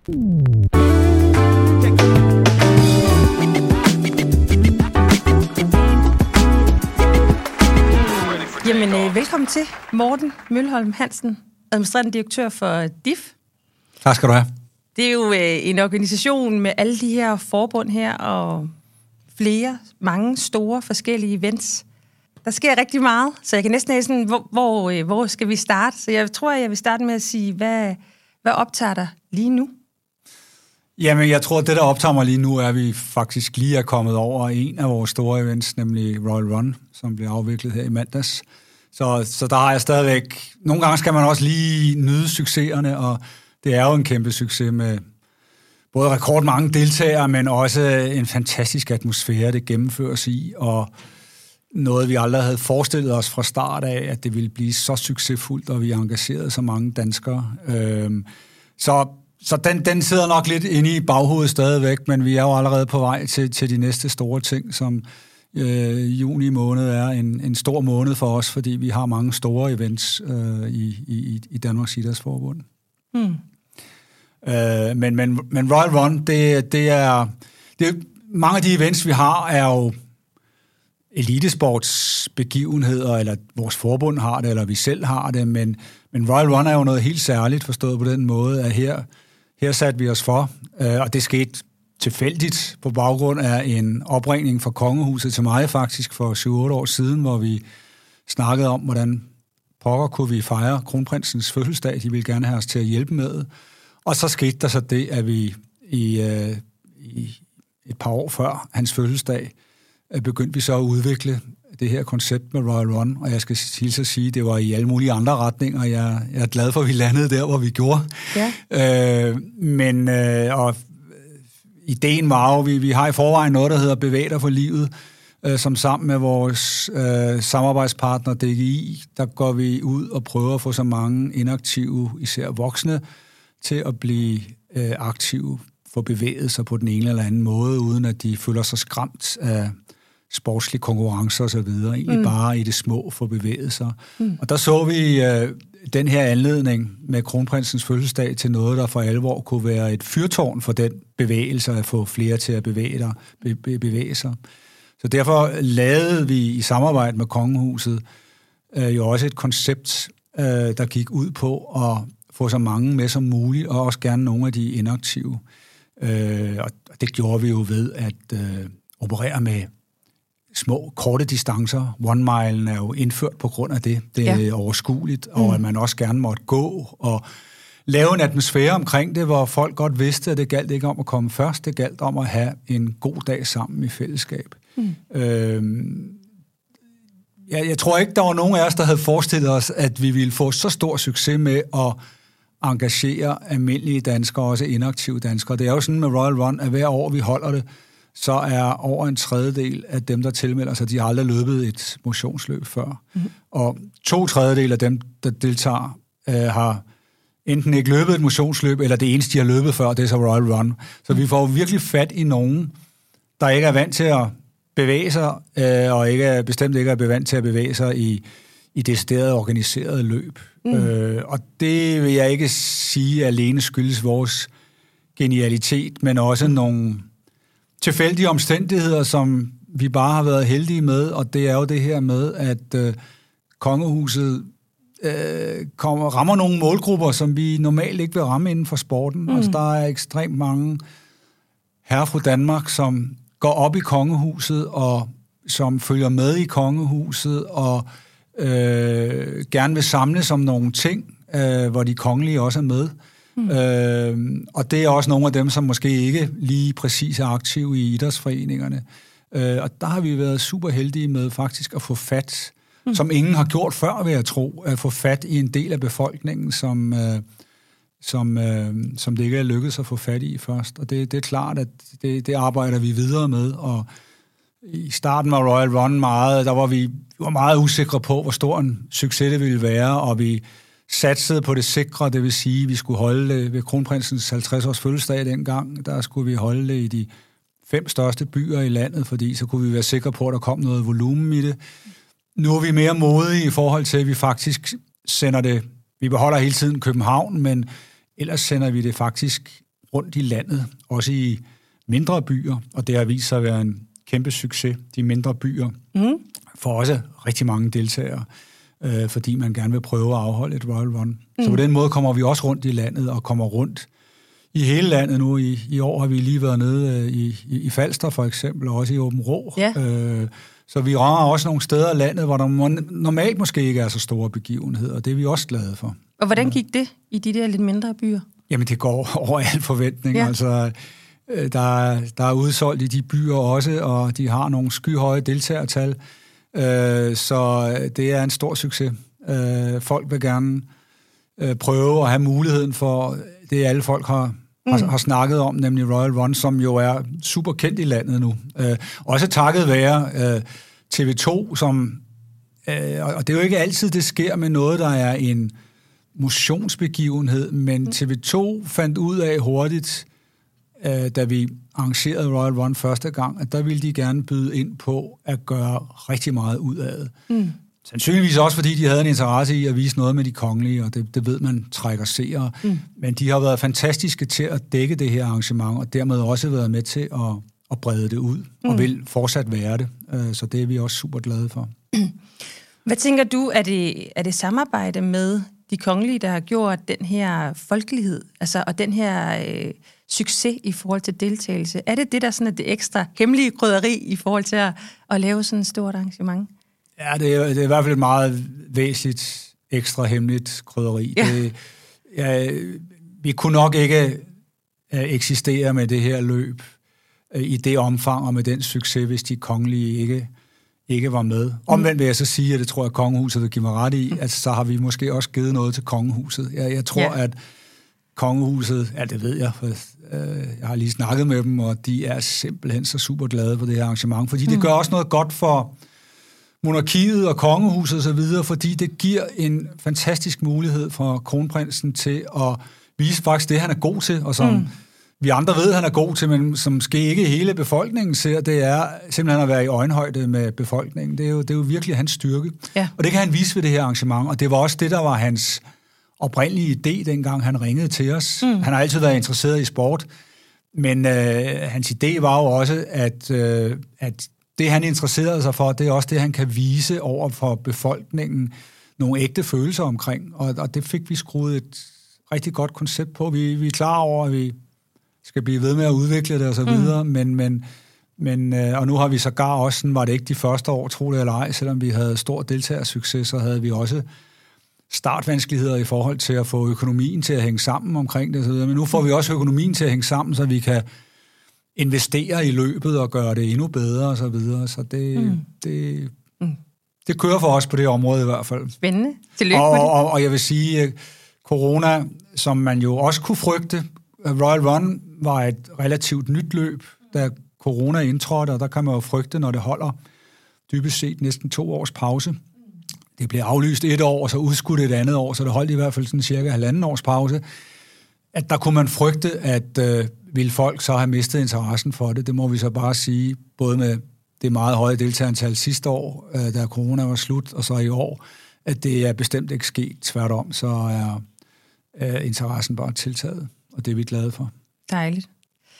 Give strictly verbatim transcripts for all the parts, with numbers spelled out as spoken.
Jamen, øh, velkommen til Morten Mølholm Hansen, administrerende direktør for D I F. Tak skal du have. Det er jo øh, en organisation med alle de her forbund her, og flere, mange store forskellige events. Der sker rigtig meget, så jeg kan næsten have sådan, hvor, hvor, øh, hvor skal vi starte? Så jeg tror, jeg vil starte med at sige, hvad, hvad optager dig lige nu? Jamen, jeg tror, at det, der optager mig lige nu, er, at vi faktisk lige er kommet over en af vores store events, nemlig Royal Run, som blev afviklet her i mandags. Så, så der har jeg stadigvæk... Nogle gange skal man også lige nyde succeserne, og det er jo en kæmpe succes med både rekordmange deltagere, men også en fantastisk atmosfære, det gennemføres i, og noget, vi aldrig havde forestillet os fra start af, at det ville blive så succesfuldt, og vi engagerede så mange danskere. Øhm, så så den, den sidder nok lidt inde i baghovedet stadigvæk, men vi er jo allerede på vej til, til de næste store ting, som øh, juni måned er en, en stor måned for os, fordi vi har mange store events øh, i, i, i Danmarks Idrætsforbund. Hmm. Øh, men, men, men Royal Run, det, det, er, det er... Mange af de events, vi har, er jo elitesportsbegivenheder, eller vores forbund har det, eller vi selv har det, men, men Royal Run er jo noget helt særligt, forstået på den måde, at her, her satte vi os for, øh, og det skete tilfældigt på baggrund af en opringning fra Kongehuset til mig faktisk for syv otte år siden, hvor vi snakkede om, hvordan pokker kunne vi fejre kronprinsens fødselsdag. De ville gerne have os til at hjælpe med. Og så skete der så det, at vi i, øh, i et par år før hans fødselsdag øh, begyndte vi så at udvikle det her koncept med Royal Run, og jeg skal hilse at sige, at det var i alle mulige andre retninger. Jeg, jeg er glad for, at vi landede der, hvor vi gjorde. Ja. Øh, men øh, og ideen var jo, vi, vi har i forvejen noget, der hedder Bevæg dig for livet, øh, som sammen med vores øh, samarbejdspartner D G I, der går vi ud og prøver at få så mange inaktive, især voksne, til at blive øh, aktive, få bevæget sig på den ene eller anden måde, uden at de føler sig skræmt af sportslige konkurrencer og så videre, egentlig mm. bare i det små for bevæget sig. Mm. Og der så vi øh, den her anledning med kronprinsens fødselsdag til noget, der for alvor kunne være et fyrtårn for den bevægelse, at få flere til at bevæge, der, be, be, bevæge sig. Så derfor lavede vi i samarbejde med Kongehuset øh, jo også et koncept, øh, der gik ud på at få så mange med som muligt, og også gerne nogle af de inaktive. Øh, og det gjorde vi jo ved at øh, operere med små, korte distancer. One-milen er jo indført på grund af det. Det er ja. overskueligt, og mm. at man også gerne måtte gå og lave en atmosfære omkring det, hvor folk godt vidste, at det galt ikke om at komme først, det galt om at have en god dag sammen i fællesskab. Mm. Øhm, jeg, jeg tror ikke, der var nogen af os, der havde forestillet os, at vi ville få så stor succes med at engagere almindelige danskere, også inaktive danskere. Det er jo sådan med Royal Run, at hver år vi holder det, så er over en tredjedel af dem, der tilmelder sig, de har aldrig løbet et motionsløb før. Mm. Og to tredjedel af dem, der deltager, øh, har enten ikke løbet et motionsløb, eller det eneste, de har løbet før, det er så Royal Run. Så mm. vi får virkelig fat i nogen, der ikke er vant til at bevæge sig, øh, og ikke er, bestemt ikke er vant til at bevæge sig i, i decideret organiseret løb. Mm. Øh, og det vil jeg ikke sige alene skyldes vores genialitet, men også nogle tilfældige omstændigheder, som vi bare har været heldige med, og det er jo det her med, at øh, Kongehuset øh, kommer, rammer nogle målgrupper, som vi normalt ikke vil ramme inden for sporten. Mm. Altså, der er ekstremt mange herrer fra Danmark, som går op i Kongehuset, og som følger med i Kongehuset, og øh, gerne vil samles om nogle ting, øh, hvor de kongelige også er med. Mm. Øh, og det er også nogle af dem, som måske ikke lige præcis er aktive i idrætsforeningerne. Øh, og der har vi været super heldige med faktisk at få fat, mm. som ingen har gjort før, vil jeg tro, at få fat i en del af befolkningen, som, øh, som, øh, som det ikke er lykkedes at få fat i først. Og det, det er klart, at det, det arbejder vi videre med. Og i starten var Royal Run meget, der var vi, vi var meget usikre på, hvor stor en succes det ville være, og vi satsede på det sikre, det vil sige, at vi skulle holde det ved kronprinsens halvtreds års fødselsdag dengang. Der skulle vi holde det i de fem største byer i landet, fordi så kunne vi være sikre på, at der kom noget volumen i det. Nu er vi mere modige i forhold til, at vi faktisk sender det. Vi beholder hele tiden København, men ellers sender vi det faktisk rundt i landet, også i mindre byer, og det har vist sig at være en kæmpe succes, de mindre byer, mm. for også rigtig mange deltagere, øh, fordi man gerne vil prøve at afholde et Royal Run. Mm. Så på den måde kommer vi også rundt i landet, og kommer rundt i hele landet nu. I, i år har vi lige været nede øh, i, i Falster for eksempel, og også i Aabenraa. Ja. Øh, så vi rammer også nogle steder i landet, hvor der normalt måske ikke er så store begivenheder, og det er vi også glade for. Og hvordan gik det i de der lidt mindre byer? Jamen, det går over al forventning. Ja. Altså, der, der er udsolgt i de byer også, og de har nogle skyhøje deltagertal. Øh, så det er en stor succes. Øh, folk vil gerne øh, prøve at have muligheden for det, alle folk har, mm. har, har snakket om, nemlig Royal Run, som jo er super kendt i landet nu. Øh, også takket være øh, T V to, som... Øh, og det er jo ikke altid, det sker med noget, der er en motionsbegivenhed, men T V to fandt ud af hurtigt, øh, da vi arrangerede Royal Run første gang, at der ville de gerne byde ind på at gøre rigtig meget ud af det. Mm. Sandsynligvis også, fordi de havde en interesse i at vise noget med de kongelige, og det, det ved man trækker seere. Mm. Men de har været fantastiske til at dække det her arrangement, og dermed også været med til at, at brede det ud, mm. og vil fortsat være det. Så det er vi også super glade for. Hvad tænker du, er det, er det samarbejde med de kongelige, der har gjort den her folkelighed, altså, og den her øh, succes i forhold til deltagelse? Er det det, der sådan er det ekstra hemmelige krydderi i forhold til at, at lave sådan et stort arrangement? Ja, det er, det er i hvert fald et meget væsentligt ekstra hemmeligt krydderi. Ja. Det, ja, vi kunne nok ikke uh, eksistere med det her løb uh, i det omfang og med den succes, hvis de kongelige ikke, ikke var med. Omvendt vil jeg så sige, at det tror jeg, at kongehuset vil give mig ret i, at så har vi måske også givet noget til kongehuset. Jeg, jeg tror, ja. at kongehuset, ja, det ved jeg, for uh, jeg har lige snakket med dem, og de er simpelthen så super glade for det her arrangement, fordi mm. det gør også noget godt for monarkiet og kongehuset og så videre, fordi det giver en fantastisk mulighed for kronprinsen til at vise faktisk det, han er god til, og som mm. vi andre ved, han er god til, men som måske ikke hele befolkningen ser, det er simpelthen at være i øjenhøjde med befolkningen. Det er jo, det er jo virkelig hans styrke. Ja. Og det kan han vise ved det her arrangement, og det var også det, der var hans oprindelige idé, dengang han ringede til os. Mm. Han har altid været interesseret i sport, men øh, hans idé var jo også, at, øh, at det, han interesserede sig for, det er også det, han kan vise over for befolkningen nogle ægte følelser omkring, og, og det fik vi skruet et rigtig godt koncept på. Vi, vi er klar over, at vi skal blive ved med at udvikle det og så videre, mm. men, men, men, og nu har vi sågar også, sådan var det ikke de første år, tro det eller ej, selvom vi havde stor deltagersucces, så havde vi også startvanskeligheder i forhold til at få økonomien til at hænge sammen omkring det og så videre, men nu får vi også økonomien til at hænge sammen, så vi kan investere i løbet og gøre det endnu bedre og så videre. Så det, mm. det, det kører for os på det område i hvert fald. Spændende. Tillykke og, med det. Og, og jeg vil sige, corona, som man jo også kunne frygte, Royal Run var et relativt nyt løb, da corona indtrådte, og der kan man jo frygte, når det holder dybest set næsten to års pause. Det blev aflyst et år, og så udskudt et andet år, så det holdt i hvert fald sådan cirka halvanden års pause. At der kunne man frygte, at øh, ville folk så have mistet interessen for det. Det må vi så bare sige, både med det meget høje deltagerantal sidste år, øh, da corona var slut, og så i år, at det er bestemt ikke sket. Tværtom, så er øh, interessen bare tiltaget, og det er vi glade for. Dejligt.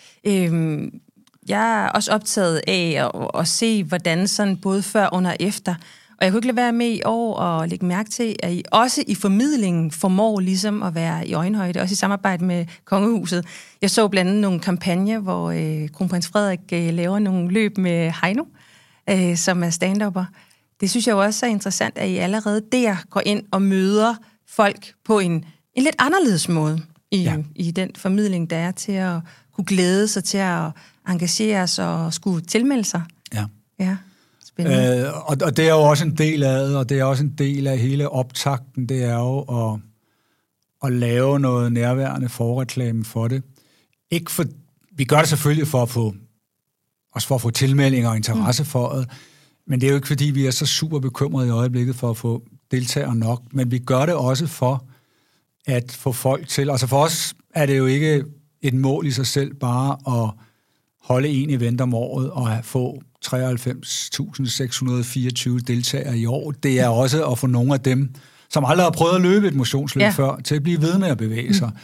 Øhm, jeg er også optaget af at, at se, hvordan sådan både før, under og efter. Og jeg kunne ikke lade være med i år og lægge mærke til, at I også i formidlingen formår ligesom at være i øjenhøjde, også i samarbejde med kongehuset. Jeg så blandt andet nogle kampagner, hvor øh, kronprins Frederik øh, laver nogle løb med Heino, øh, som er stand-upper. Det synes jeg jo også er interessant, at I allerede der går ind og møder folk på en, en lidt anderledes måde i, ja. i den formidling, der er til at kunne glæde sig til at engagere sig og skulle tilmelde sig. Ja. Ja. Øh, og, og det er jo også en del af det, og det er også en del af hele optakten, det er jo at, at lave noget nærværende forreklame for det. Ikke for, vi gør det selvfølgelig for at få, også for at få tilmeldinger og interesse mm. for det, men det er jo ikke fordi, vi er så super bekymrede i øjeblikket for at få deltagere nok, men vi gør det også for at få folk til, altså for os er det jo ikke et mål i sig selv bare at holde en event om året og få treoghalvfems tusind seks hundrede og fireogtyve deltagere i år. Det er også at få nogle af dem, som aldrig har prøvet at løbe et motionsløb ja. før, til at blive ved med at bevæge sig. Mm.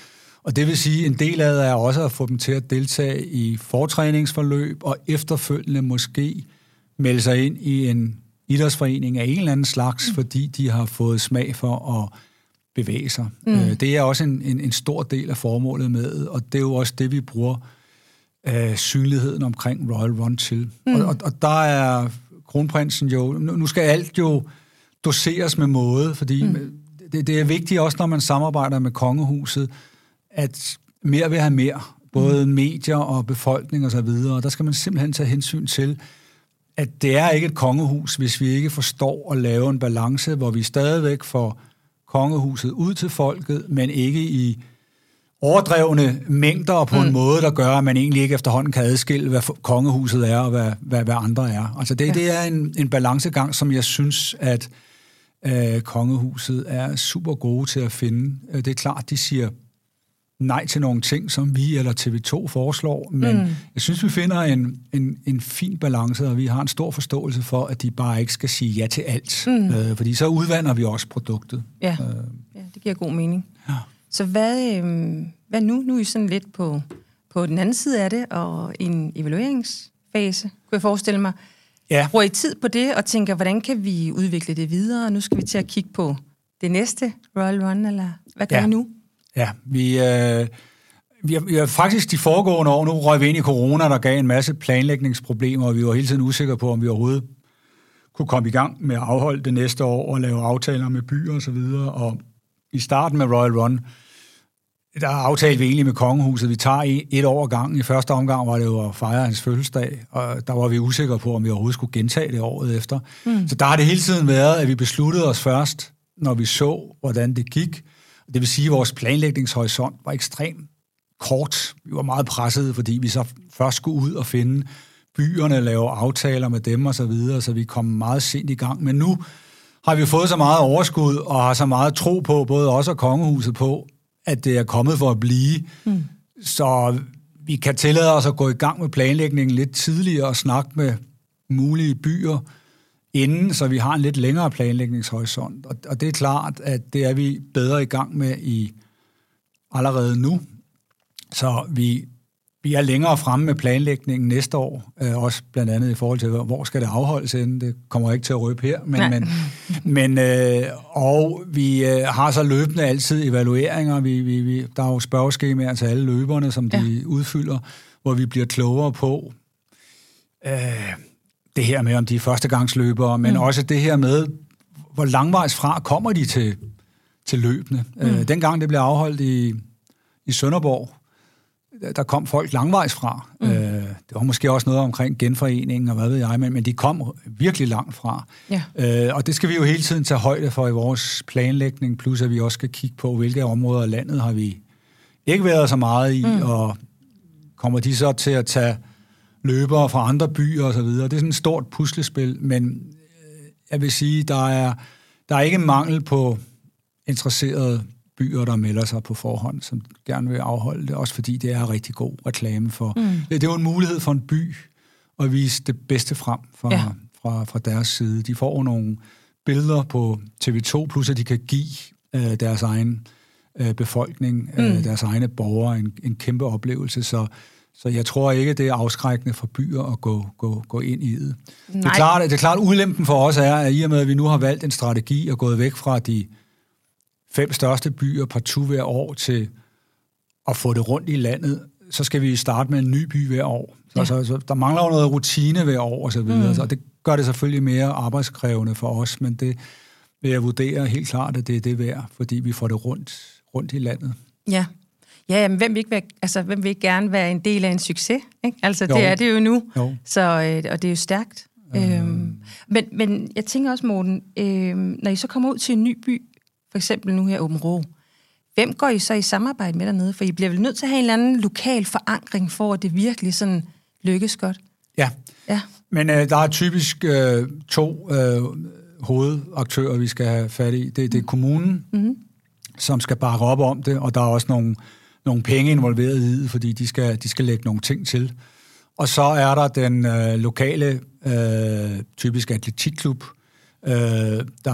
Og det vil sige, at en del af det er også at få dem til at deltage i fortræningsforløb, og efterfølgende måske melde sig ind i en idrætsforening af en eller anden slags, mm. fordi de har fået smag for at bevæge sig. Mm. Det er også en, en, en stor del af formålet med, og det er jo også det, vi bruger øh, synligheden omkring Royal Run til. Mm. Og, og, og der er kronprinsen jo... Nu skal alt jo doseres med måde, fordi mm. det, det er vigtigt også, når man samarbejder med kongehuset, at mere vil have mere. Både mm. medier og befolkning og så videre. Og der skal man simpelthen tage hensyn til, at det er ikke et kongehus, hvis vi ikke forstår at lave en balance, hvor vi stadigvæk får kongehuset ud til folket, men ikke i overdrevne mængder og på mm. en måde, der gør, at man egentlig ikke efterhånden kan adskille, hvad kongehuset er og hvad, hvad, hvad andre er. Altså det, ja. det er en, en balancegang, som jeg synes, at øh, kongehuset er super gode til at finde. Det er klart, de siger nej til nogle ting, som vi eller T V to foreslår, men mm. jeg synes, vi finder en, en, en fin balance, og vi har en stor forståelse for, at de bare ikke skal sige ja til alt, mm. øh, fordi så udvander vi også produktet. Ja, øh. ja det giver god mening. Ja. Så hvad, øh, hvad nu? Nu er I sådan lidt på, på den anden side af det, og en evalueringsfase, kunne jeg forestille mig. Ja. Bruger I tid på det, og tænker, hvordan kan vi udvikle det videre? Nu skal vi til at kigge på det næste Royal Run, eller hvad gør ja. I nu? Ja, vi, øh, vi, har, vi har faktisk de foregående år, nu røg vi ind i corona, der gav en masse planlægningsproblemer, og vi var hele tiden usikre på, om vi overhovedet kunne komme i gang med at afholde det næste år og lave aftaler med byer og så videre. Og i starten med Royal Run, der aftalte vi egentlig med kongehuset, vi tager et år ad gangen. I første omgang var det jo at fejre hans fødselsdag, og der var vi usikre på, om vi overhovedet skulle gentage det året efter. Mm. Så der har det hele tiden været, at vi besluttede os først, når vi så, hvordan det gik. Det vil sige, at vores planlægningshorisont var ekstremt kort. Vi var meget pressede, fordi vi så først skulle ud og finde byerne, lave aftaler med dem og så videre, så vi kom meget sent i gang. Men nu har vi fået så meget overskud og har så meget tro på, både os og kongehuset på, at det er kommet for at blive. Mm. Så vi kan tillade os at gå i gang med planlægningen lidt tidligere og snakke med mulige byer inden, så vi har en lidt længere planlægningshorisont. Og, og det er klart, at det er vi bedre i gang med i allerede nu. Så vi, vi er længere fremme med planlægningen næste år, øh, også blandt andet i forhold til, hvor skal det afholdes inden. Det kommer ikke til at røbe her. Men, men, men, øh, og vi øh, har så løbende altid evalueringer. Vi, vi, vi, der er jo spørgeskemaer til alle løberne, som de ja. udfylder, hvor vi bliver klogere på øh, det her med, om de er førstegangsløbere, men mm. også det her med, hvor langvejs fra kommer de til, til løbende. Mm. Øh, dengang det blev afholdt i, i Sønderborg, der kom folk langvejs fra. Mm. Øh, det var måske også noget omkring genforeningen og hvad ved jeg, men, men de kom virkelig langt fra. Ja. Øh, og det skal vi jo hele tiden tage højde for i vores planlægning, plus at vi også skal kigge på, hvilke områder af landet har vi ikke været så meget i, mm. og kommer de så til at tage løbere fra andre byer og så videre. Det er sådan et stort puslespil, men jeg vil sige, der er, der er ikke mangel på interesserede byer, der melder sig på forhånd, som gerne vil afholde det, også fordi det er rigtig god reklame for. Mm. Det, det er jo en mulighed for en by at vise det bedste frem fra, ja. fra, fra deres side. De får nogle billeder på T V to, plus at de kan give øh, deres egen øh, befolkning, mm. øh, deres egne borgere en, en kæmpe oplevelse, så Så jeg tror ikke, det er afskrækkende for byer at gå, gå, gå ind i det. Det er, klart, det er klart, ulempen for os er, at i og med, at vi nu har valgt en strategi og gået væk fra de fem største byer partout hver år til at få det rundt i landet, så skal vi starte med en ny by hver år. Så, ja. så, så der mangler jo noget rutine hver år og så videre, mm. så det gør det selvfølgelig mere arbejdskrævende for os, men det vil jeg vurdere helt klart, at det er det værd, fordi vi får det rundt, rundt i landet. Ja. Ja, jamen, hvem vil ikke være, altså, hvem vil ikke gerne være en del af en succes? Ikke? Altså, jo. Det er det jo nu, jo. Så, øh, og det er jo stærkt. Mm. Øhm, men, men jeg tænker også, Morten, øh, når I så kommer ud til en ny by, for eksempel nu her Aabenraa, hvem går I så i samarbejde med dernede? For I bliver vel nødt til at have en eller anden lokal forankring, for at det virkelig sådan lykkes godt? Ja, ja. men øh, der er typisk øh, to øh, hovedaktører, vi skal have fat i. Det, det er kommunen, mm. som skal bakke op om det, og der er også nogle nogle penge involveret i det, fordi de skal, de skal lægge nogle ting til. Og så er der den øh, lokale, øh, typisk atletikklub, øh, der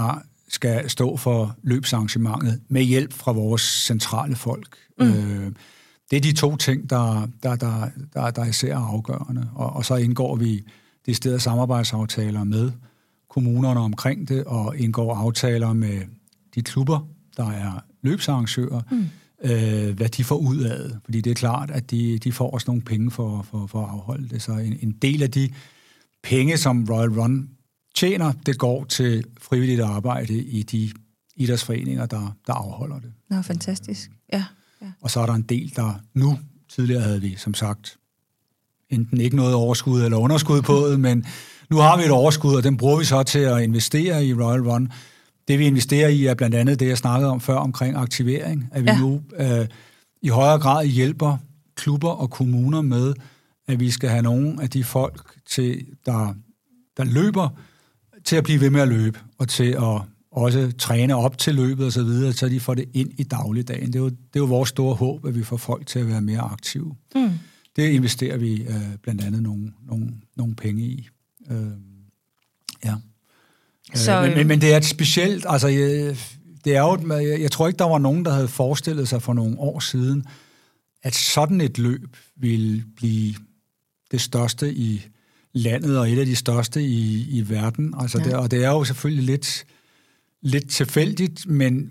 skal stå for løbsarrangementet med hjælp fra vores centrale folk. Mm. Øh, det er de to ting, der, der, der, der, der især er afgørende. Og, og så indgår vi de steder samarbejdsaftaler med kommunerne omkring det, og indgår aftaler med de klubber, der er løbsarrangører, mm. øh, hvad de får ud af det. Fordi det er klart, at de, de får også nogle penge for, for, for at afholde det. Så en, en del af de penge, som Royal Run tjener, det går til frivilligt arbejde i de idrætsforeninger, der, der afholder det. Nå, fantastisk. Ja, ja. Og så er der en del, der nu, tidligere havde vi, som sagt, enten ikke noget overskud eller underskud på det, men nu har vi et overskud, og den bruger vi så til at investere i Royal Run. Det vi investerer i er blandt andet det, jeg snakkede om før omkring aktivering, at vi ja. nu øh, i højere grad hjælper klubber og kommuner med, at vi skal have nogle af de folk, til, der, der løber, til at blive ved med at løbe, og til at også træne op til løbet og så videre, så de får det ind i dagligdagen. Det er jo, det er jo vores store håb, at vi får folk til at være mere aktive. Mm. Det investerer vi øh, blandt andet nogle, nogle, nogle penge i. Øh, ja. Så, øh, men, men, men det er et specielt, altså jeg, det er jo, jeg, jeg tror ikke, der var nogen, der havde forestillet sig for nogle år siden, at sådan et løb ville blive det største i landet, og et af de største i, i verden. Altså ja. det, og det er jo selvfølgelig lidt, lidt tilfældigt, men,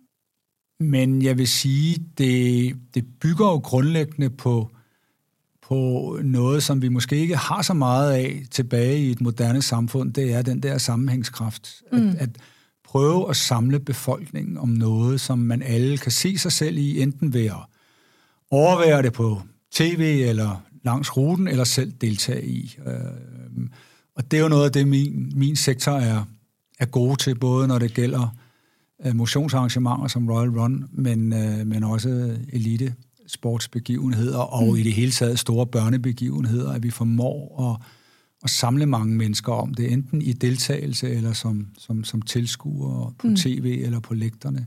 men jeg vil sige, det, det bygger jo grundlæggende på, på noget, som vi måske ikke har så meget af tilbage i et moderne samfund. Det er den der sammenhængskraft. Mm. At, at prøve at samle befolkningen om noget, som man alle kan se sig selv i, enten ved at overvære det på tv eller langs ruten, eller selv deltage i. Og det er jo noget af det, min, min sektor er, er gode til, både når det gælder motionsarrangementer som Royal Run, men, men også elite sportsbegivenheder, og mm. i det hele taget store børnebegivenheder, at vi formår at, at samle mange mennesker om det, enten i deltagelse eller som, som, som tilskuere på mm. tv eller på lægterne.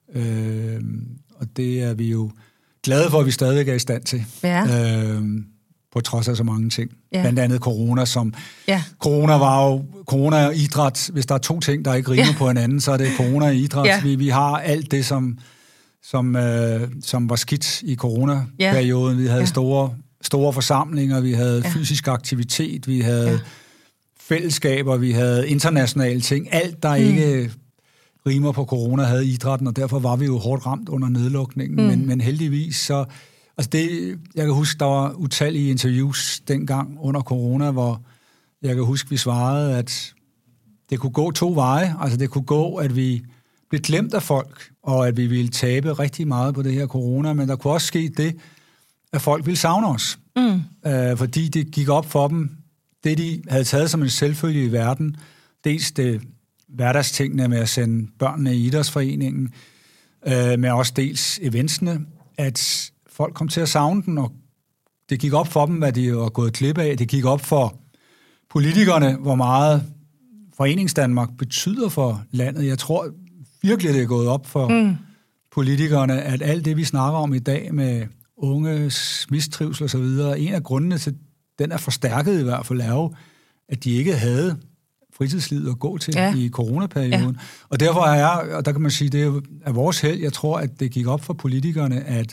Øh, og det er vi jo glade for, at vi stadigvæk er i stand til. Ja. Øh, på trods af så mange ting. Ja. Blandt andet corona, som... Ja. Corona var jo... Corona og idræt, hvis der er to ting, der ikke rimer ja. på hinanden, så er det corona og idræt. Ja. Vi, vi har alt det, som, som, øh, som var skidt i coronaperioden. Ja. Vi havde ja. store, store forsamlinger, vi havde ja. fysisk aktivitet, vi havde ja. fællesskaber, vi havde internationale ting. Alt, der mm. ikke rimer på corona, havde idrætten, og derfor var vi jo hårdt ramt under nedlukningen. Mm. Men, men heldigvis så... Altså det, jeg kan huske, der var utallige interviews dengang under corona, hvor jeg kan huske, vi svarede, at det kunne gå to veje. Altså det kunne gå, at vi blev glemt af folk, og at vi ville tabe rigtig meget på det her corona, men der kunne også ske det, at folk ville savne os. Mm. Øh, fordi det gik op for dem, det de havde taget som en selvfølge i verden, dels det hverdagstingene med at sende børnene i idrætsforeningen, øh, men også dels eventsene, at folk kom til at savne den, og det gik op for dem, hvad de var gået glip af. Det gik op for politikerne, hvor meget Foreningsdanmark betyder for landet. Jeg tror virkelig, det er gået op for mm. politikerne, at alt det, vi snakker om i dag med unges mistrivsel og så videre, en af grundene til, den er forstærket i hvert fald, er jo, at de ikke havde fritidslivet at gå til ja. i coronaperioden. Ja. Og derfor er jeg, og der kan man sige, det er vores held, jeg tror, at det gik op for politikerne, at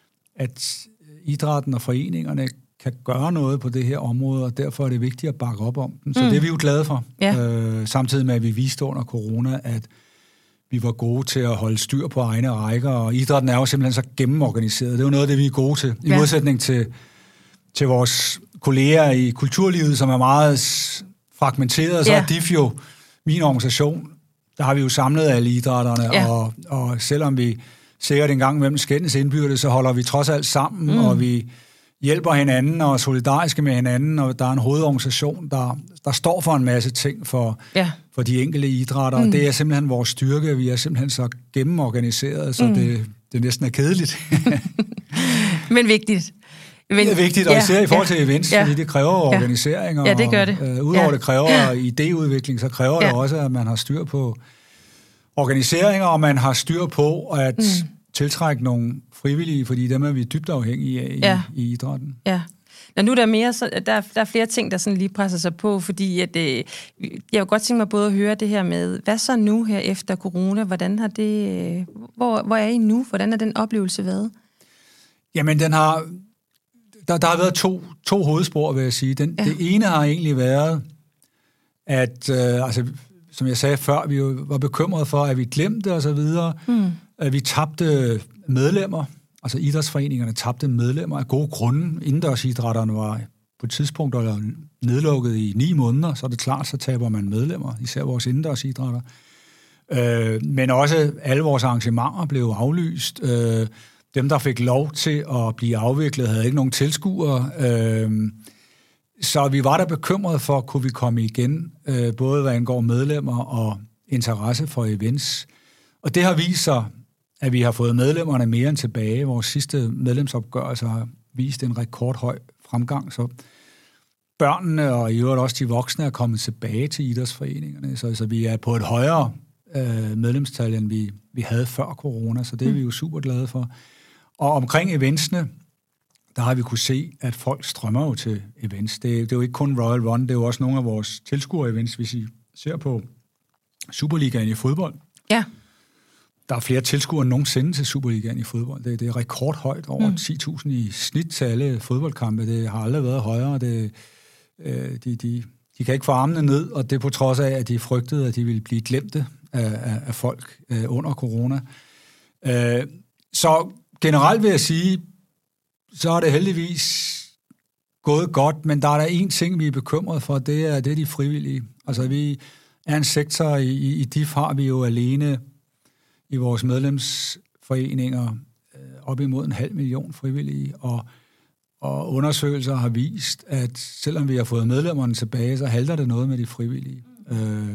at idrætten og foreningerne kan gøre noget på det her område, og derfor er det vigtigt at bakke op om den. Så mm. det er vi jo glade for. Ja. Øh, samtidig med, at vi viste under corona, at vi var gode til at holde styr på egne rækker, og idrætten er jo simpelthen så gennemorganiseret. Det er jo noget af det, vi er gode til. I ja. modsætning til, til vores kolleger i kulturlivet, som er meget fragmenteret, så ja. er D I F jo min organisation. Der har vi jo samlet alle idrætterne, ja. og, og selvom vi sikkert en gang mellem skændes indbyrdes, så holder vi trods alt sammen, mm. og vi hjælper hinanden og er solidariske med hinanden, og der er en hovedorganisation, der, der står for en masse ting for, ja. for de enkelte idrætter, mm. og det er simpelthen vores styrke. Vi er simpelthen så gennemorganiseret, så mm. det, det næsten er kedeligt. Men vigtigt. Men, det er vigtigt, og ja, især i forhold til events, ja, fordi det kræver organisering, og, ja, det gør det. Og, øh, udover ja. det kræver ja. idéudvikling, så kræver ja. det også, at man har styr på organiseringer, og man har styr på at mm. tiltrække nogle frivillige, fordi dem er vi dybt afhængige af i, ja. i idrætten. Ja. Når nu der er mere, så der, der er flere ting, der sådan lige presser sig på, fordi at, øh, jeg vil godt tænke mig både at høre det her med, hvad så nu her efter corona? Hvordan har det, øh, hvor, hvor er I nu? Hvordan har den oplevelse været? Jamen, den har, der, der har været to, to hovedspor, vil jeg sige. Den, ja. Det ene har egentlig været, at, øh, altså, som jeg sagde før, vi jo var bekymrede for, at vi glemte og så videre, mm. at vi tabte medlemmer. Altså idrætsforeningerne tabte medlemmer af gode grunde. Indendørsidrætterne var på et tidspunkt nedlukket i ni måneder, så er det klart, så taber man medlemmer, især vores indendørsidrætter. Øh, men også alle vores arrangementer blev aflyst. Øh, dem, der fik lov til at blive afviklet, havde ikke nogen tilskuere. Øh, så vi var da bekymrede for, kunne vi komme igen, øh, både hvad angår medlemmer og interesse for events. Og det har vist sig, at vi har fået medlemmerne mere end tilbage. Vores sidste medlemsopgørelse har vist en rekordhøj fremgang, så børnene og i øvrigt også de voksne er kommet tilbage til idrætsforeningerne, så, så vi er på et højere øh, medlemstal, end vi, vi havde før corona, så det er vi jo super glade for. Og omkring eventsene, der har vi kunne se, at folk strømmer jo til events. Det, det er jo ikke kun Royal Run, det er jo også nogle af vores tilskuerevents, hvis I ser på Superligaen i fodbold. Ja. Der er flere tilskuere end nogensinde til Superligaen i fodbold. Det, det er rekordhøjt, over mm. ti tusind i snit til alle fodboldkampe. Det har aldrig været højere. Det, øh, de, de, de kan ikke få armene ned, og det er på trods af, at de frygtede, at de ville blive glemte af, af, af folk øh, under corona. Øh, så generelt vil jeg sige, så er det heldigvis gået godt, men der er der en ting, vi er bekymret for, det er, det er de frivillige. Altså, vi er en sektor, i, i D I F har vi jo alene i vores medlemsforeninger øh, op imod en halv million frivillige, og, og undersøgelser har vist, at selvom vi har fået medlemmerne tilbage, så halter det noget med de frivillige. Øh,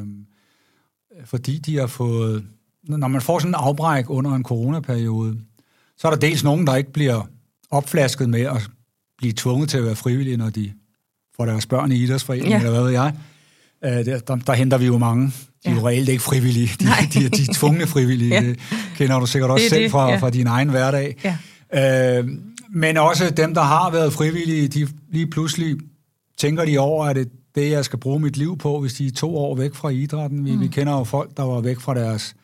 fordi de har fået... Når man får sådan en afbræk under en coronaperiode, så er der dels nogen, der ikke bliver opflasket med at blive tvunget til at være frivillige, når de får deres børn i idrætsforeningen, ja. Eller hvad ved jeg. Øh, der, der, der henter vi jo mange. De er jo reelt ikke frivillige. De, de, de er tvungne frivillige. Ja. Det kender du sikkert også selv fra, ja. fra din egen hverdag. Ja. Øh, men også dem, der har været frivillige, de lige pludselig tænker de over, at det det, jeg skal bruge mit liv på, hvis de er to år væk fra idrætten. Vi, mm. vi kender jo folk, der var væk fra deres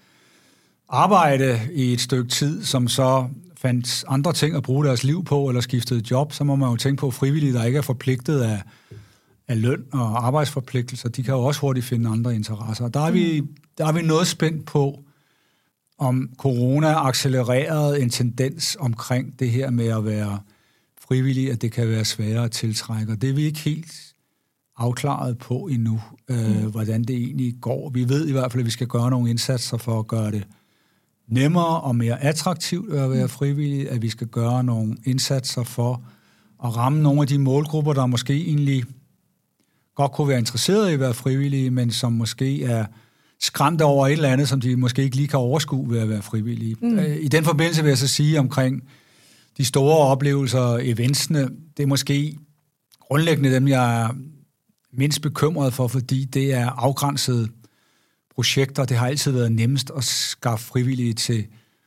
arbejde i et stykke tid, som så fandt andre ting at bruge deres liv på, eller skiftede job. Så må man jo tænke på frivillige, der ikke er forpligtet af af løn og arbejdsforpligtelser, de kan jo også hurtigt finde andre interesser. Der er vi, der er vi noget spændt på, om corona accelererede en tendens omkring det her med at være frivillig, at det kan være sværere at tiltrække. Det er vi ikke helt afklaret på endnu, øh, mm. hvordan det egentlig går. Vi ved i hvert fald, at vi skal gøre nogle indsatser for at gøre det nemmere og mere attraktivt at være frivillig, at vi skal gøre nogle indsatser for at ramme nogle af de målgrupper, der måske egentlig godt kunne være interesseret i at være frivillige, men som måske er skræmte over et eller andet, som de måske ikke lige kan overskue ved at være frivillige. Mm. I den forbindelse vil jeg så sige omkring de store oplevelser, eventsene, det er måske grundlæggende dem, jeg er mindst bekymret for, fordi det er afgrænsede projekter. Det har altid været nemmest at skaffe frivillige til,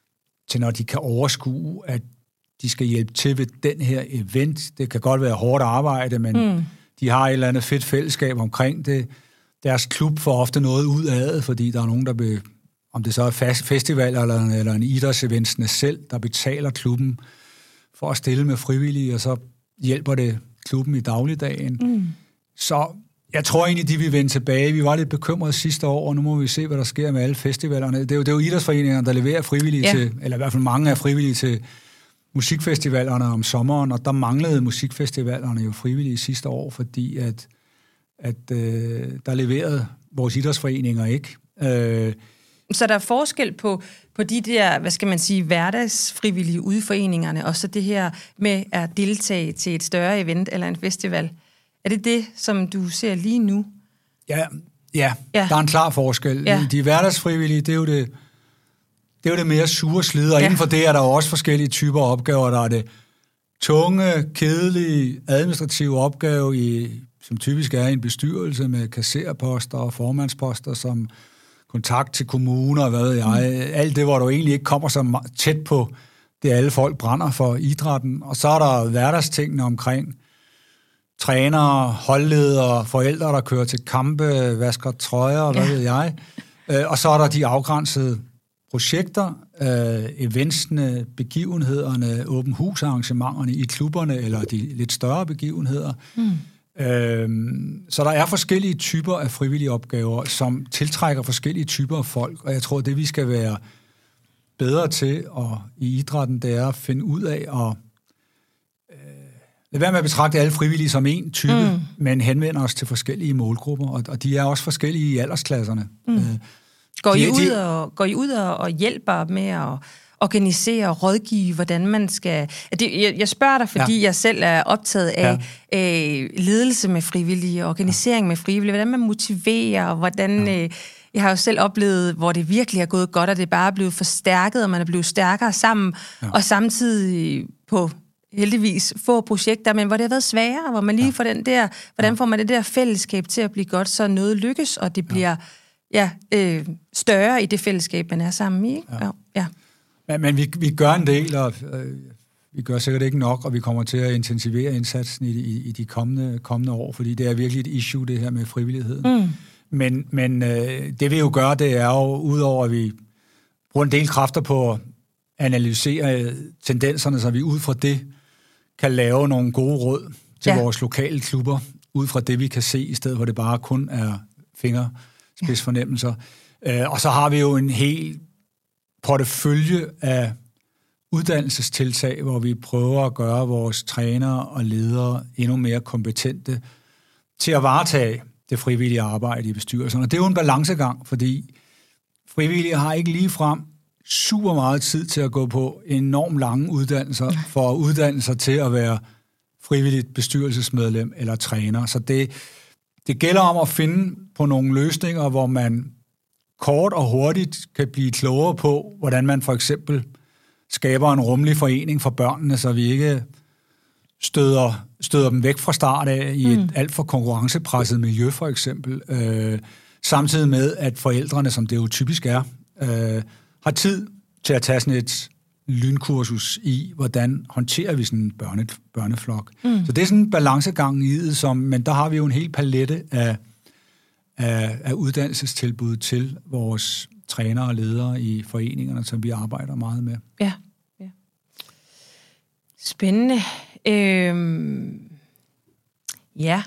til når de kan overskue, at de skal hjælpe til ved den her event. Det kan godt være hårdt arbejde, men mm. de har et eller andet fedt fællesskab omkring det. Deres klub får ofte noget ud af det, fordi der er nogen, der be, om det så er festival eller, eller en idrætseventsene selv, der betaler klubben for at stille med frivillige, og så hjælper det klubben i dagligdagen. Mm. Så jeg tror egentlig, de vil vende tilbage. Vi var lidt bekymrede sidste år, og nu må vi se, hvad der sker med alle festivalerne. Det er jo, det er jo idrætsforeningerne, der leverer frivillige ja. til, eller i hvert fald mange er frivillige til musikfestivalerne om sommeren, og der manglede musikfestivalerne jo frivillige sidste år, fordi at, at øh, der leverede vores idrætsforeninger ikke. Øh, Så der er forskel på, på de der, hvad skal man sige, hverdagsfrivillige ude i foreningerne, og så det her med at deltage til et større event eller en festival. Er det det, som du ser lige nu? Ja, ja, ja. Der er en klar forskel. Ja. De hverdagsfrivillige, det er jo det, det, er jo det mere sure slid, og ja. Inden for det er der jo også forskellige typer opgaver. Der er det tunge, kedelige, administrative opgave, i, som typisk er i en bestyrelse med kassererposter og formandsposter, som kontakt til kommuner, hvad ved jeg, mm. alt det, hvor du egentlig ikke kommer så tæt på det, alle folk brænder for idrætten. Og så er der hverdagstingene omkring trænere, holdledere, forældre, der kører til kampe, vasker trøjer, hvad ja. ved jeg. Øh, og så er der de afgrænsede projekter, øh, eventsene, begivenhederne, åben hus-arrangementerne i klubberne, eller de lidt større begivenheder. Mm. Øhm, så der er forskellige typer af frivillige opgaver, som tiltrækker forskellige typer af folk, og jeg tror, det vi skal være bedre til og i idrætten, det er at finde ud af at øh, lade være med at betragte alle frivillige som en type, mm. men henvender os til forskellige målgrupper, og, og de er også forskellige i aldersklasserne. Mm. Øh, går, de, I ud de, og, går I ud og, og hjælper med at organisere og rådgive, hvordan man skal... Det, jeg, jeg spørger dig, fordi ja. jeg selv er optaget af ja. øh, ledelse med frivillige, organisering ja. med frivillige, hvordan man motiverer, og hvordan... Ja. Øh, jeg har jo selv oplevet, hvor det virkelig er gået godt, og det er bare blevet forstærket, og man er blevet stærkere sammen, ja. og samtidig på heldigvis få projekter, men hvor det har været sværere, hvor man lige ja. får den der... Hvordan får man det der fællesskab til at blive godt, så noget lykkes, og det bliver ja. Ja, øh, større i det fællesskab, man er sammen i, ikke? Ja. Ja. ja. Men, men vi, vi gør en del, og øh, vi gør sikkert ikke nok, og vi kommer til at intensivere indsatsen i, i, i de kommende, kommende år, fordi det er virkelig et issue, det her med frivilligheden. Mm. Men, men øh, det vi jo gør, det er jo, udover at vi bruger en del kræfter på at analysere tendenserne, så vi ud fra det kan lave nogle gode råd til ja. vores lokale klubber, ud fra det vi kan se, i stedet for det bare kun er fingerspidsfornemmelser. Ja. Øh, og så har vi jo en hel portefølje af uddannelsestiltag, hvor vi prøver at gøre vores trænere og ledere endnu mere kompetente til at varetage det frivillige arbejde i bestyrelserne. Og det er jo en balancegang, fordi frivillige har ikke ligefrem super meget tid til at gå på enormt lange uddannelser for at uddanne sig til at være frivilligt bestyrelsesmedlem eller træner. Så det, det gælder om at finde på nogle løsninger, hvor man kort og hurtigt kan blive klogere på, hvordan man for eksempel skaber en rummelig forening for børnene, så vi ikke støder, støder dem væk fra start af i et mm. alt for konkurrencepresset miljø, for eksempel. Øh, samtidig med, at forældrene, som det jo typisk er, øh, har tid til at tage sådan et lynkursus i, hvordan håndterer vi sådan en børne, børneflok. Mm. Så det er sådan en balancegang i det, som, men der har vi jo en hel palette af Af, af uddannelsestilbud til vores trænere og ledere i foreningerne, som vi arbejder meget med. Ja, ja. Spændende. Øhm, ja.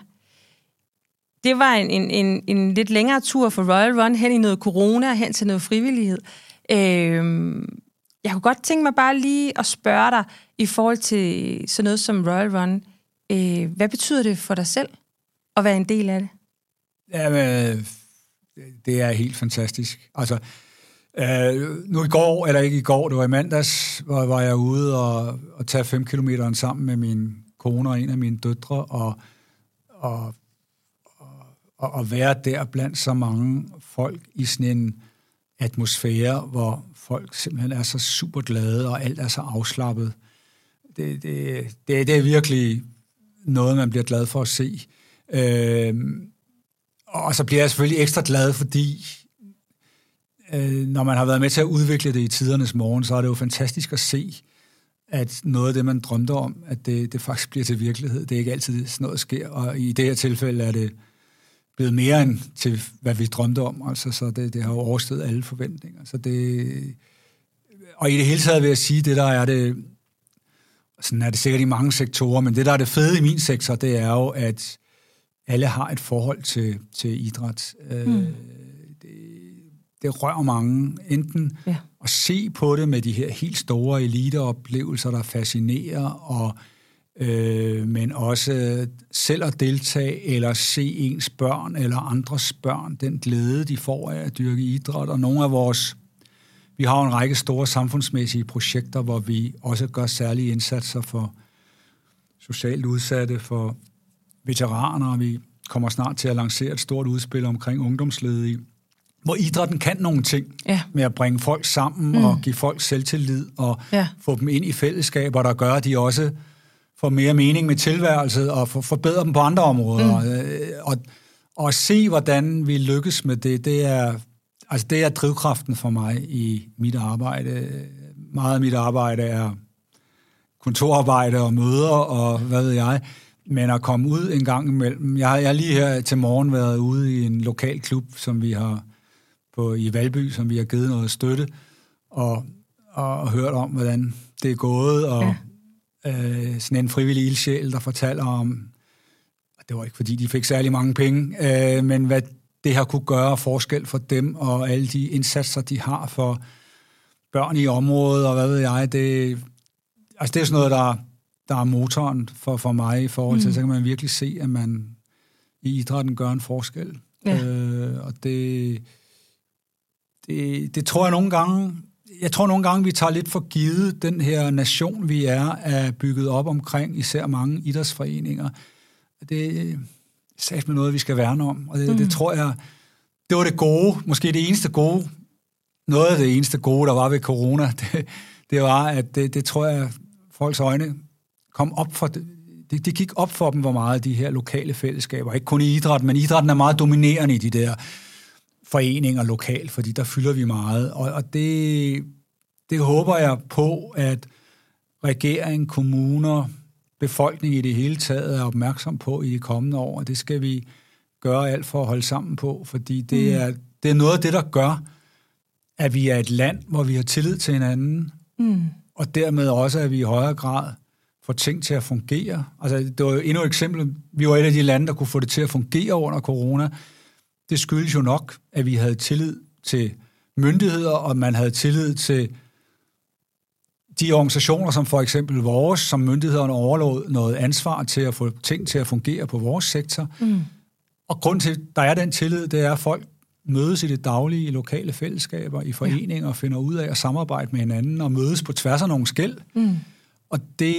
Det var en, en, en, en lidt længere tur for Royal Run hen i noget corona og hen til noget frivillighed. Øhm, jeg kunne godt tænke mig bare lige at spørge dig i forhold til sådan noget som Royal Run. Øh, hvad betyder det for dig selv at være en del af det? Jamen, det er helt fantastisk. Altså, øh, nu i går, eller ikke i går, det var i mandags, hvor var jeg ude og, og tage fem kilometer sammen med min kone og en af mine døtre, og, og, og, og være der blandt så mange folk i sådan en atmosfære, hvor folk simpelthen er så super glade, og alt er så afslappet. Det, det, det, det er virkelig noget, man bliver glad for at se. Øh, Og så bliver jeg selvfølgelig ekstra glad, fordi øh, når man har været med til at udvikle det i tidernes morgen, så er det jo fantastisk at se, at noget af det, man drømte om, at det, det faktisk bliver til virkelighed. Det er ikke altid sådan noget sker, og i det her tilfælde er det blevet mere end til, hvad vi drømte om. Altså, så det, det har jo oversteget alle forventninger. Så det, og i det hele taget vil jeg sige, det der er det, sådan er det sikkert i mange sektorer, men det der er det fede i min sektor, det er jo, at alle har et forhold til, til idræt. Mm. Det, det rører mange. Enten ja. at se på det med de her helt store eliteoplevelser, der fascinerer, og, øh, men også selv at deltage, eller se ens børn eller andres børn, den glæde, de får af at dyrke idræt. Og nogle af vores... Vi har en række store samfundsmæssige projekter, hvor vi også gør særlige indsatser for socialt udsatte, for veteraner, og vi kommer snart til at lancere et stort udspil omkring ungdomsledige, hvor idrætten kan nogle ting ja. med at bringe folk sammen mm. og give folk selvtillid og ja. få dem ind i fællesskaber, der gør, at de også får mere mening med tilværelset og forbedrer dem på andre områder. Mm. Og, og se, hvordan vi lykkes med det, det er, altså det er drivkraften for mig i mit arbejde. Meget af mit arbejde er kontorarbejde og møder og hvad ved jeg. men at komme ud en gang imellem. Jeg har, jeg har lige her til morgen været ude i en lokal klub, som vi har på, i Valby, som vi har givet noget støtte, og, og hørt om, hvordan det er gået, og ja. øh, sådan en frivillig ildsjæl, der fortæller om, det var ikke fordi, de fik særlig mange penge, øh, men hvad det har kunne gøre forskel for dem, og alle de indsatser, de har for børn i området, og hvad ved jeg, det, altså det er sådan noget, der, der er motoren for, for mig i forhold til, mm. så kan man virkelig se, at man i idrætten gør en forskel. Ja. Øh, og det, det, det tror jeg nogle gange, jeg tror nogle gange, vi tager lidt for givet, den her nation, vi er, er bygget op omkring, især mange idrætsforeninger. Det er sagt med noget, vi skal værne om, og det, mm. det tror jeg, det var det gode, måske det eneste gode, noget af det eneste gode, der var ved corona, det, det var, at det, det tror jeg, folks øjne kom op for det. Det, det gik op for dem, hvor meget de her lokale fællesskaber, ikke kun i idræt, men idrætten er meget dominerende i de der foreninger lokalt, fordi der fylder vi meget, og, og det, det håber jeg på, at regering, kommuner, befolkning i det hele taget er opmærksom på i de kommende år, og det skal vi gøre alt for at holde sammen på, fordi det, mm. er, det er noget af det, der gør, at vi er et land, hvor vi har tillid til hinanden, mm. og dermed også, at vi i højere grad får ting til at fungere. Altså, det var jo endnu et eksempel. Vi var et af de lande, der kunne få det til at fungere under corona. Det skyldes jo nok, at vi havde tillid til myndigheder, og man havde tillid til de organisationer, som for eksempel vores, som myndighederne overlod noget ansvar til at få ting til at fungere på vores sektor. Mm. Og grund til, der er den tillid, det er, at folk mødes i det daglige i lokale fællesskaber, i foreninger, og finder ud af at samarbejde med hinanden, og mødes på tværs af nogle skel. Mm. Og det,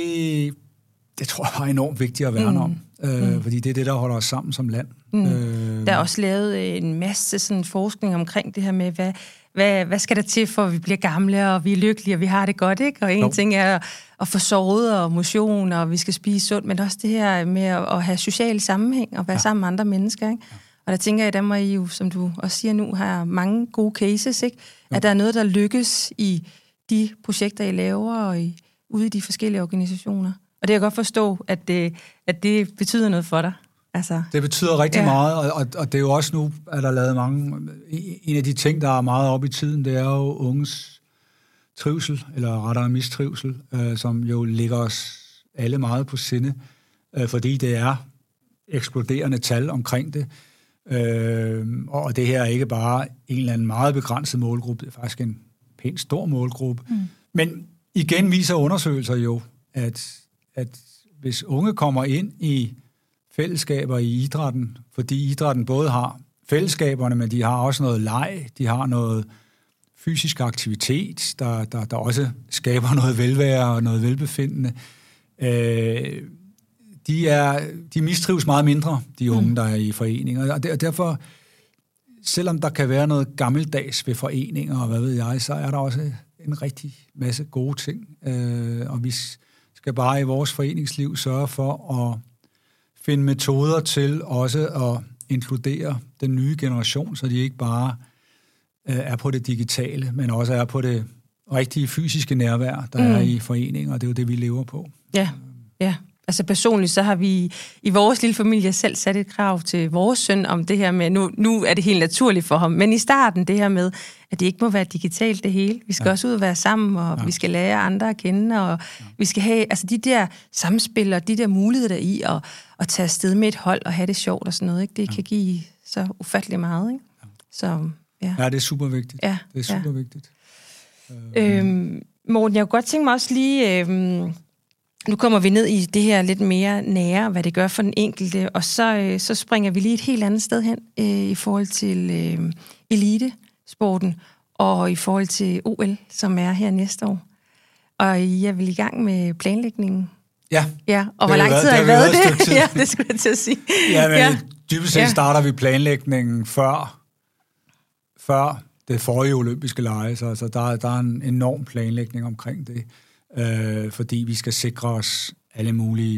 det tror jeg er enormt vigtigt at værne mm. om, øh, mm. fordi det er det, der holder os sammen som land. Mm. Øh, der er også lavet en masse sådan forskning omkring det her med, hvad, hvad, hvad skal der til, for at vi bliver gamle, og vi er lykkelige, og vi har det godt, ikke? Og en jo. ting er at få sovet og motion, og vi skal spise sundt, men også det her med at, at have social sammenhæng, og være ja. sammen med andre mennesker, ikke? Ja. Og der tænker jeg, der må I jo, som du også siger nu, har mange gode cases, ikke? Jo. At der er noget, der lykkes i de projekter, I laver, og i, ude i de forskellige organisationer. Og det kan jeg godt forstå, at det, at det betyder noget for dig. Altså, det betyder rigtig ja. meget, og, og, og det er jo også nu, at der er lavet mange... En af de ting, der er meget op i tiden, det er jo unges trivsel, eller rettere mistrivsel, øh, som jo ligger os alle meget på sinde, øh, fordi det er eksploderende tal omkring det. Øh, og det her er ikke bare en eller anden meget begrænset målgruppe, det er faktisk en pænt stor målgruppe. Mm. Men igen viser undersøgelser jo, at, at hvis unge kommer ind i fællesskaber i idrætten, fordi idrætten både har fællesskaberne, men de har også noget leg, de har noget fysisk aktivitet, der, der, der også skaber noget velvære og noget velbefindende. Øh, de, er, de mistrives meget mindre, de unge, mm. der er i foreninger. Og, der, og derfor, selvom der kan være noget gammeldags ved foreninger, og hvad ved jeg, så er der også en rigtig masse gode ting. Øh, og vi skal bare i vores foreningsliv sørge for at finde metoder til også at inkludere den nye generation, så de ikke bare øh, er på det digitale, men også er på det rigtige fysiske nærvær, der mm. er i foreninger, og det er jo det, vi lever på. Ja, ja. Altså personligt, så har vi i vores lille familie selv sat et krav til vores søn om det her med, nu, nu er det helt naturligt for ham, men i starten det her med, at det ikke må være digitalt det hele. Vi skal ja. også ud og være sammen, og ja. vi skal lære andre at kende, og ja. vi skal have altså de der samspil og de der muligheder der i, og, og tage afsted med et hold og have det sjovt og sådan noget. Ikke? Det ja. kan give så ufattelig meget. Ikke? Ja. Så, ja. ja, det er super vigtigt. Ja. Det er super ja. vigtigt. Øhm, Morten, jeg kunne godt tænke mig også lige... Øhm, Nu kommer vi ned i det her lidt mere nære, hvad det gør for den enkelte, og så, øh, så springer vi lige et helt andet sted hen øh, i forhold til øh, elitesporten og i forhold til O L, som er her næste år. Og jeg vil i gang med planlægningen. Ja. Ja, og hvor lang tid har I været det? Ja, det skulle jeg til at sige. Ja, men ja. dybest set ja. starter vi planlægningen før, før det forrige olympiske lege, så altså, der, der er en enorm planlægning omkring det. Øh, fordi vi skal sikre os alle mulige...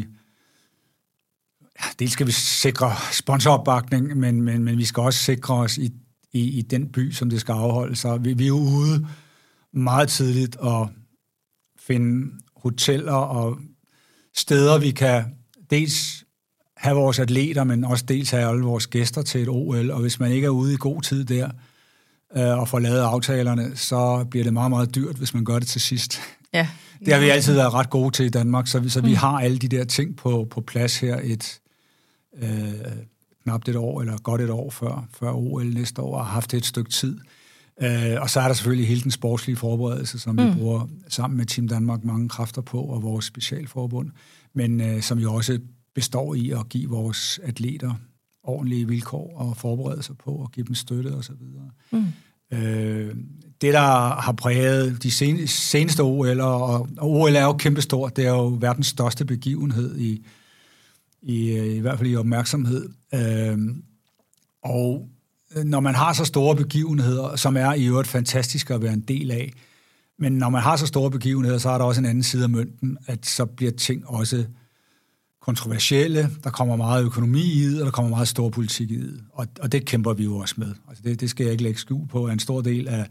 Ja, dels skal vi sikre sponsoropbakning, men, men, men vi skal også sikre os i, i, i den by, som det skal afholde sig. Vi, vi er jo ude meget tidligt og finde hoteller og steder, vi kan dels have vores atleter, men også dels have alle vores gæster til et O L, og hvis man ikke er ude i god tid der, øh, og får lavet aftalerne, så bliver det meget, meget dyrt, hvis man gør det til sidst. Ja. Det har vi altid været ret gode til i Danmark, så vi, så vi mm. har alle de der ting på, på plads her et øh, knap et år, eller godt et år før, før O L næste år, og har haft det et stykke tid. Øh, og så er der selvfølgelig hele den sportslige forberedelse, som mm. vi bruger sammen med Team Danmark mange kræfter på, og vores specialforbund, men øh, som jo også består i at give vores atleter ordentlige vilkår og forberede sig på, og give dem støtte osv. Mm. Øh, det, der har præget de seneste O L'er, og O L er jo kæmpestort, det er jo verdens største begivenhed, i, i, i hvert fald i opmærksomhed. Øh, og når man har så store begivenheder, som er i øvrigt fantastiske at være en del af, men når man har så store begivenheder, så er der også en anden side af mønten, at så bliver ting også kontroversielle, der kommer meget økonomi i det, og der kommer meget stor politik i det. Og, og det kæmper vi jo også med. Altså det, det skal jeg ikke lægge skjul på. En stor del af,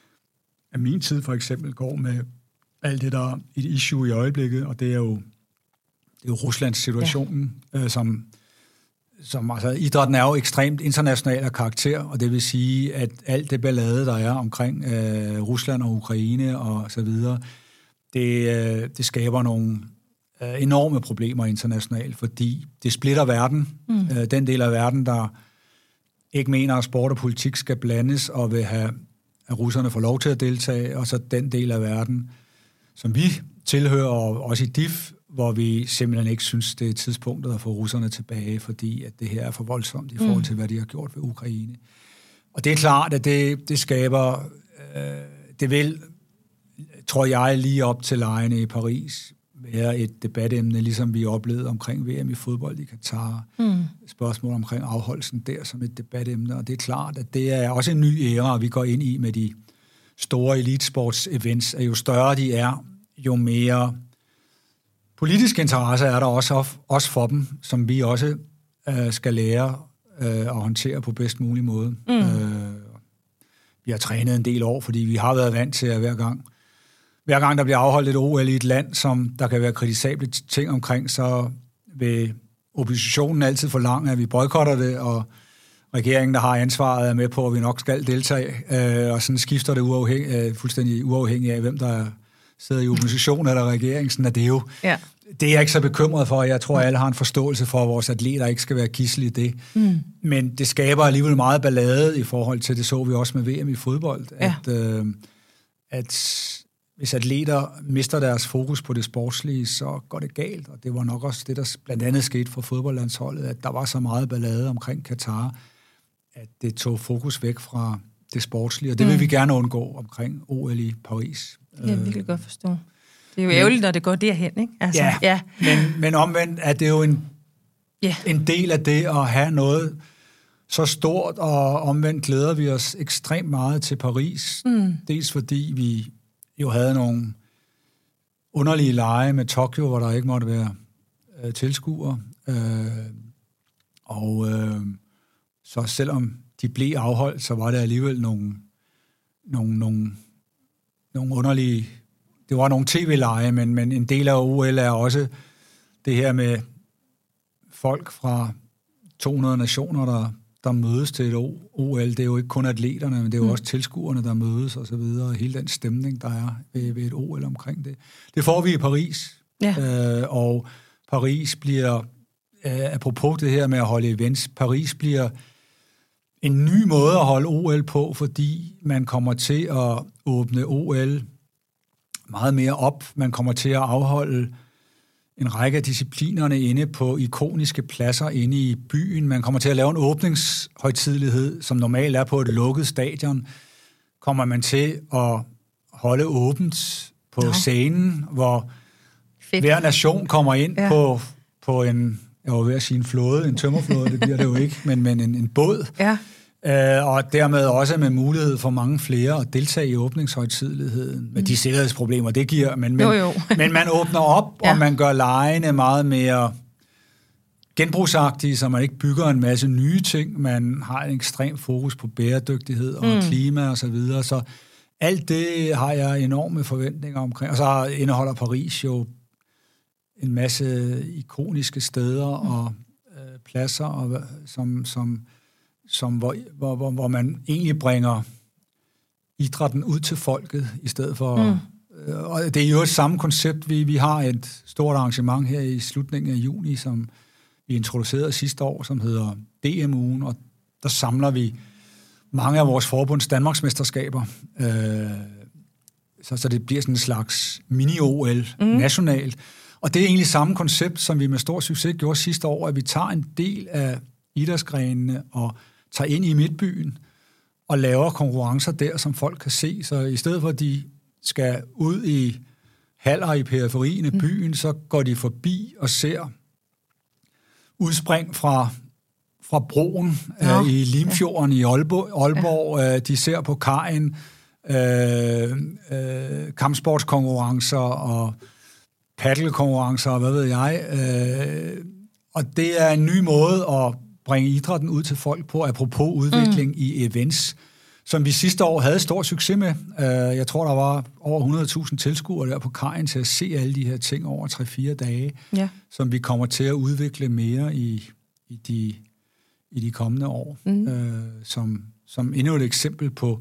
af min tid for eksempel går med alt det, der er et issue i øjeblikket, og det er jo, det er jo Ruslands situationen, ja. øh, som, som altså, idrætten er jo ekstremt international af karakter, og det vil sige, at alt det ballade, der er omkring øh, Rusland og Ukraine og så videre, det, øh, det skaber nogle enorme problemer internationalt, fordi det splitter verden. Mm. Den del af verden, der ikke mener, at sport og politik skal blandes, og vil have, at russerne får lov til at deltage, og så den del af verden, som vi tilhører, og også i D I F, hvor vi simpelthen ikke synes, det er tidspunktet at få russerne tilbage, fordi at det her er for voldsomt i forhold til, hvad de har gjort ved Ukraine. Og det er klart, at det, det skaber, øh, det vil, tror jeg, lige op til legene i Paris, være et debatemne, ligesom vi oplevede omkring V M i fodbold i Katar. Mm. Spørgsmål omkring afholdelsen der som et debatemne, og det er klart, at det er også en ny æra, vi går ind i med de store elitesports-events, at jo større de er, jo mere politisk interesse er der også, også for dem, som vi også øh, skal lære øh, at håndtere på bedst mulig måde. Mm. Øh, vi har trænet en del år, fordi vi har været vant til at hver gang Hver gang der bliver afholdt et O L i et land, som der kan være kritisable ting omkring, så vil oppositionen altid forlange, at vi boykotter det, og regeringen, der har ansvaret, er med på, at vi nok skal deltage, øh, og sådan skifter det uafhæng, øh, fuldstændig uafhængigt af, hvem der sidder i opposition eller regeringen. Sådan er det jo. Ja. Det er jeg ikke så bekymret for. Jeg tror, at alle har en forståelse for, at vores atleter ikke skal være gidsel i det. Mm. Men det skaber alligevel meget ballade i forhold til, det så vi også med V M i fodbold, ja. at, øh, at hvis atleter mister deres fokus på det sportslige, så går det galt, og det var nok også det, der blandt andet skete for fodboldlandsholdet, at der var så meget ballade omkring Katar, at det tog fokus væk fra det sportslige, og det vil mm. vi gerne undgå omkring O L i Paris. Det kan jeg virkelig godt forstå. Det er jo men, ærgerligt, når det går derhen, ikke? Altså, ja, ja. Men, men omvendt er det jo en, yeah. en del af det at have noget så stort, og omvendt glæder vi os ekstremt meget til Paris, mm. dels fordi vi jo havde nogle underlige lege med Tokyo, hvor der ikke måtte være øh, tilskuere. Øh, og øh, så selvom de blev afholdt, så var det alligevel nogle, nogle, nogle, nogle underlige... Det var nogle tv-lege, men, men en del af O L er også det her med folk fra to hundrede nationer, der... der mødes til et O L. Det er jo ikke kun atleterne, men det er jo mm. også tilskuerne, der mødes og så videre, og hele den stemning, der er ved, ved et O L omkring det. Det får vi i Paris, ja. øh, og Paris bliver, øh, apropos det her med at holde events, Paris bliver en ny måde at holde O L på, fordi man kommer til at åbne O L meget mere op. Man kommer til at afholde en række af disciplinerne inde på ikoniske pladser inde i byen. Man kommer til at lave en åbningshøjtidelighed, som normalt er på et lukket stadion. Kommer man til at holde åbent på ja. scenen, hvor Fedt. hver nation kommer ind ja. på, på en, jeg var ved at sige en flåde, en tømmerflåde, det bliver det jo ikke, men, men en, en båd. Ja. Uh, og dermed også med mulighed for mange flere at deltage i åbningshøjtideligheden med mm. de sikkerhedsproblemer, det giver. Men, men, jo, jo. men man åbner op, ja. og man gør legene meget mere genbrugsagtige, så man ikke bygger en masse nye ting. Man har en ekstrem fokus på bæredygtighed og mm. klima og så videre. Så alt det har jeg enorme forventninger omkring. Og så indeholder Paris jo en masse ikoniske steder, mm. og pladser, og, som, som, som, hvor, hvor, hvor, hvor man egentlig bringer idrætten ud til folket, i stedet for... Mm. Øh, og det er jo et samme koncept. Vi, vi har et stort arrangement her i slutningen af juni, som vi introducerede sidste år, som hedder D M-ugen, og der samler vi mange af vores forbunds Danmarksmesterskaber, øh, så, så det bliver sådan en slags mini-O L mm. nationalt. Og det er egentlig samme koncept, som vi med stor succes gjorde sidste år, at vi tager en del af idrætsgrenene og tager ind i midtbyen og laver konkurrencer der, som folk kan se. Så i stedet for, at de skal ud i haller i periferien af byen, mm. så går de forbi og ser udspring fra, fra broen ja. øh, i Limfjorden ja. i Aalborg. Aalborg ja. øh, de ser på kajen øh, øh, kampsportskonkurrencer og paddelkonkurrencer og hvad ved jeg. Øh, og det er en ny måde at bringe idrætten ud til folk på, apropos udvikling mm. i events, som vi sidste år havde stor succes med. Uh, jeg tror, der var over hundrede tusind tilskuere der på kajen til at se alle de her ting over tre fire dage, ja. som vi kommer til at udvikle mere i, i, de, i de kommende år. Mm. Uh, som, som endnu et eksempel på,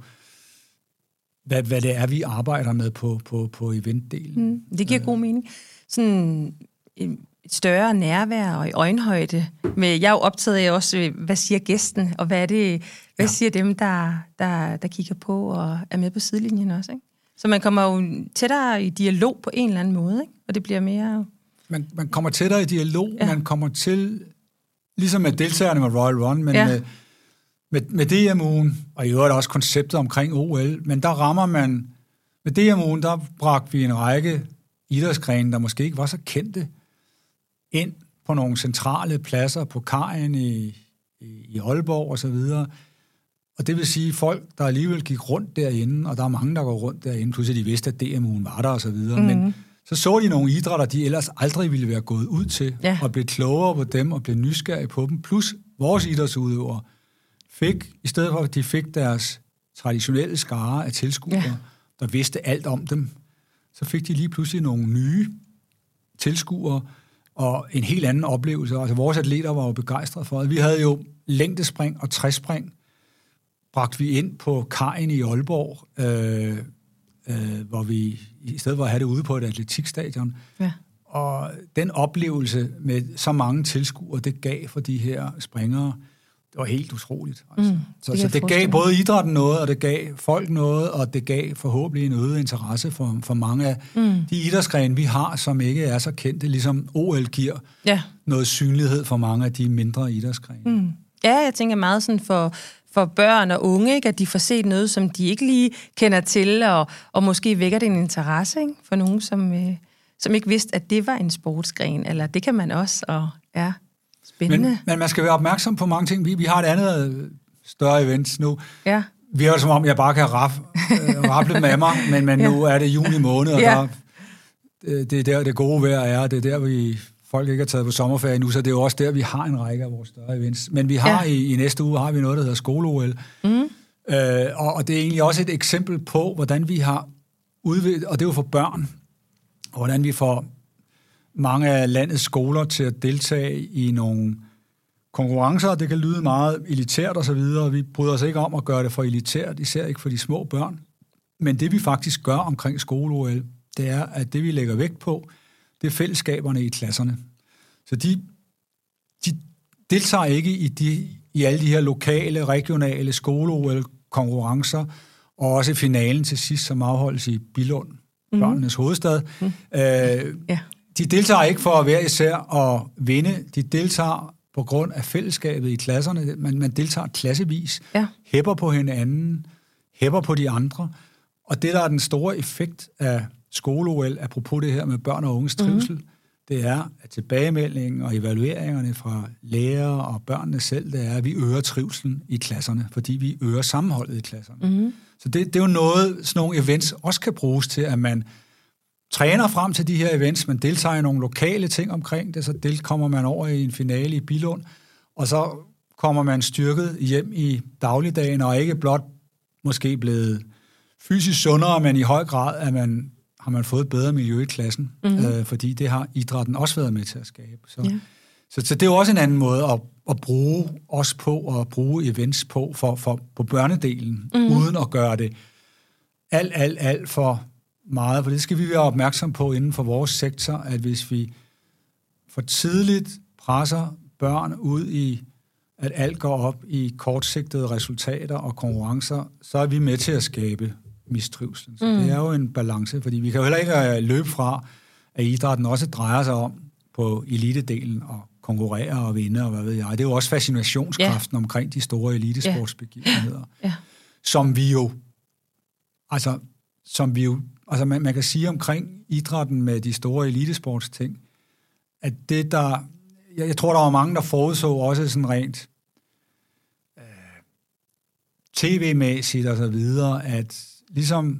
hvad, hvad det er, vi arbejder med på, på, på eventdelen. Mm. Det giver uh, god mening. Sådan et større nærvær og i øjenhøjde. Med, jeg er jo optaget af også, hvad siger gæsten, og hvad er det... Hvad ja. siger dem, der, der, der kigger på og er med på sidelinjen også, ikke? Så man kommer jo tættere i dialog på en eller anden måde, ikke? Og det bliver mere... Man, man kommer tættere i dialog, ja. man kommer til, ligesom med deltagerne med Royal Run, men ja. med, med, med D M-ugen, og i øvrigt også konceptet omkring O L, men der rammer man... Med D M-ugen, der bragte vi en række idrætsgrene, der måske ikke var så kendte, ind på nogle centrale pladser på kajen i, i, i Aalborg og så videre. Og det vil sige, folk, der alligevel gik rundt derinde, og der er mange, der går rundt derinde, pludselig de vidste, at D M-ugen var der og så videre, mm. men så så de nogle idrætter, de ellers aldrig ville være gået ud til, ja. og blev klogere på dem, og blev nysgerrige på dem, plus vores idrætsudøvere fik, i stedet for at de fik deres traditionelle skare af tilskuere, ja. der vidste alt om dem, så fik de lige pludselig nogle nye tilskuere, og en helt anden oplevelse. Altså vores atleter var jo begejstrede for det. Vi havde jo længdespring og træspring, bragte vi ind på kajen i Aalborg, øh, øh, hvor vi i stedet for at have det ude på et atletikstadion. Ja. Og den oplevelse med så mange tilskuere, det gav for de her springere, det var helt utroligt. Altså. Mm, så det, så det gav både idrætten noget, og det gav folk noget, og det gav forhåbentlig en øget interesse for, for mange af mm. de idrætsgrene, vi har, som ikke er så kendte, ligesom O L giver ja. noget synlighed for mange af de mindre idrætsgrene. Mm. Ja, jeg tænker meget sådan for... for børn og unge, ikke? At de får set noget, som de ikke lige kender til, og, og måske vækker det en interesse, ikke? For nogen, som, øh, som ikke vidste, at det var en sportsgren, eller det kan man også, og ja, spændende. Men, men man skal være opmærksom på mange ting. Vi, vi har et andet større event nu. Ja. Vi er jo som om, jeg bare kan rap, øh, raple med mig, men, men ja. nu er det juni måned, og ja. der, det er der, det gode vejr er, det er der, vi... folk ikke har taget på sommerferie nu, så det er jo også der, vi har en række af vores større events. Men vi har ja. i, i næste uge har vi noget, der hedder Skole-O L. Mm. Øh, og, og det er egentlig også et eksempel på, hvordan vi har udviklet, og det er jo for børn, og hvordan vi får mange af landets skoler til at deltage i nogle konkurrencer. Det kan lyde meget elitært og så videre. Vi bryder os ikke om at gøre det for elitært, især ikke for de små børn. Men det vi faktisk gør omkring Skole-O L, det er, at det vi lægger vægt på, det er fællesskaberne i klasserne. Så de, de deltager ikke i, de, i alle de her lokale, regionale skole-O L-konkurrencer, og også finalen til sidst, som afholdes i Billund, mm. børnenes hovedstad. Mm. Øh, ja. De deltager ikke for at være især og vinde. De deltager på grund af fællesskabet i klasserne. Man, man deltager klassevis, ja. hæpper på hinanden, hæpper på de andre. Og det, der er den store effekt af skole-O L, apropos det her med børn og unges trivsel, mm. det er, at tilbagemeldingen og evalueringerne fra lærere og børnene selv, det er, at vi øger trivselen i klasserne, fordi vi øger sammenholdet i klasserne. Mm. Så det, det er jo noget, sådan nogle events også kan bruges til, at man træner frem til de her events, man deltager i nogle lokale ting omkring det, så del kommer man over i en finale i Billund, og så kommer man styrket hjem i dagligdagen, og ikke blot måske blevet fysisk sundere, men i høj grad at man, har man fået et bedre miljø i klassen, mm-hmm. øh, fordi det har idrætten også været med til at skabe. Så, ja. så, så det er jo også en anden måde at, at bruge os på, og bruge events på, for, for, på børnedelen, mm. uden at gøre det alt, alt, alt for meget. For det skal vi være opmærksom på inden for vores sektor, at hvis vi for tidligt presser børn ud i, at alt går op i kortsigtede resultater og konkurrencer, så er vi med til at skabe mistrivsel. Så mm. det er jo en balance, fordi vi kan jo heller ikke løbe fra, at idrætten også drejer sig om på elitedelen og konkurrere og vinde, og hvad ved jeg. Det er jo også fascinationskraften yeah. omkring de store elitesportsbegivenheder, yeah. Yeah. som vi jo, altså, som vi jo, altså man, man kan sige omkring idrætten med de store elitesportsting, at det der, jeg, jeg tror, der var mange, der forudså også sådan rent øh, tv-mæssigt og så videre, at ligesom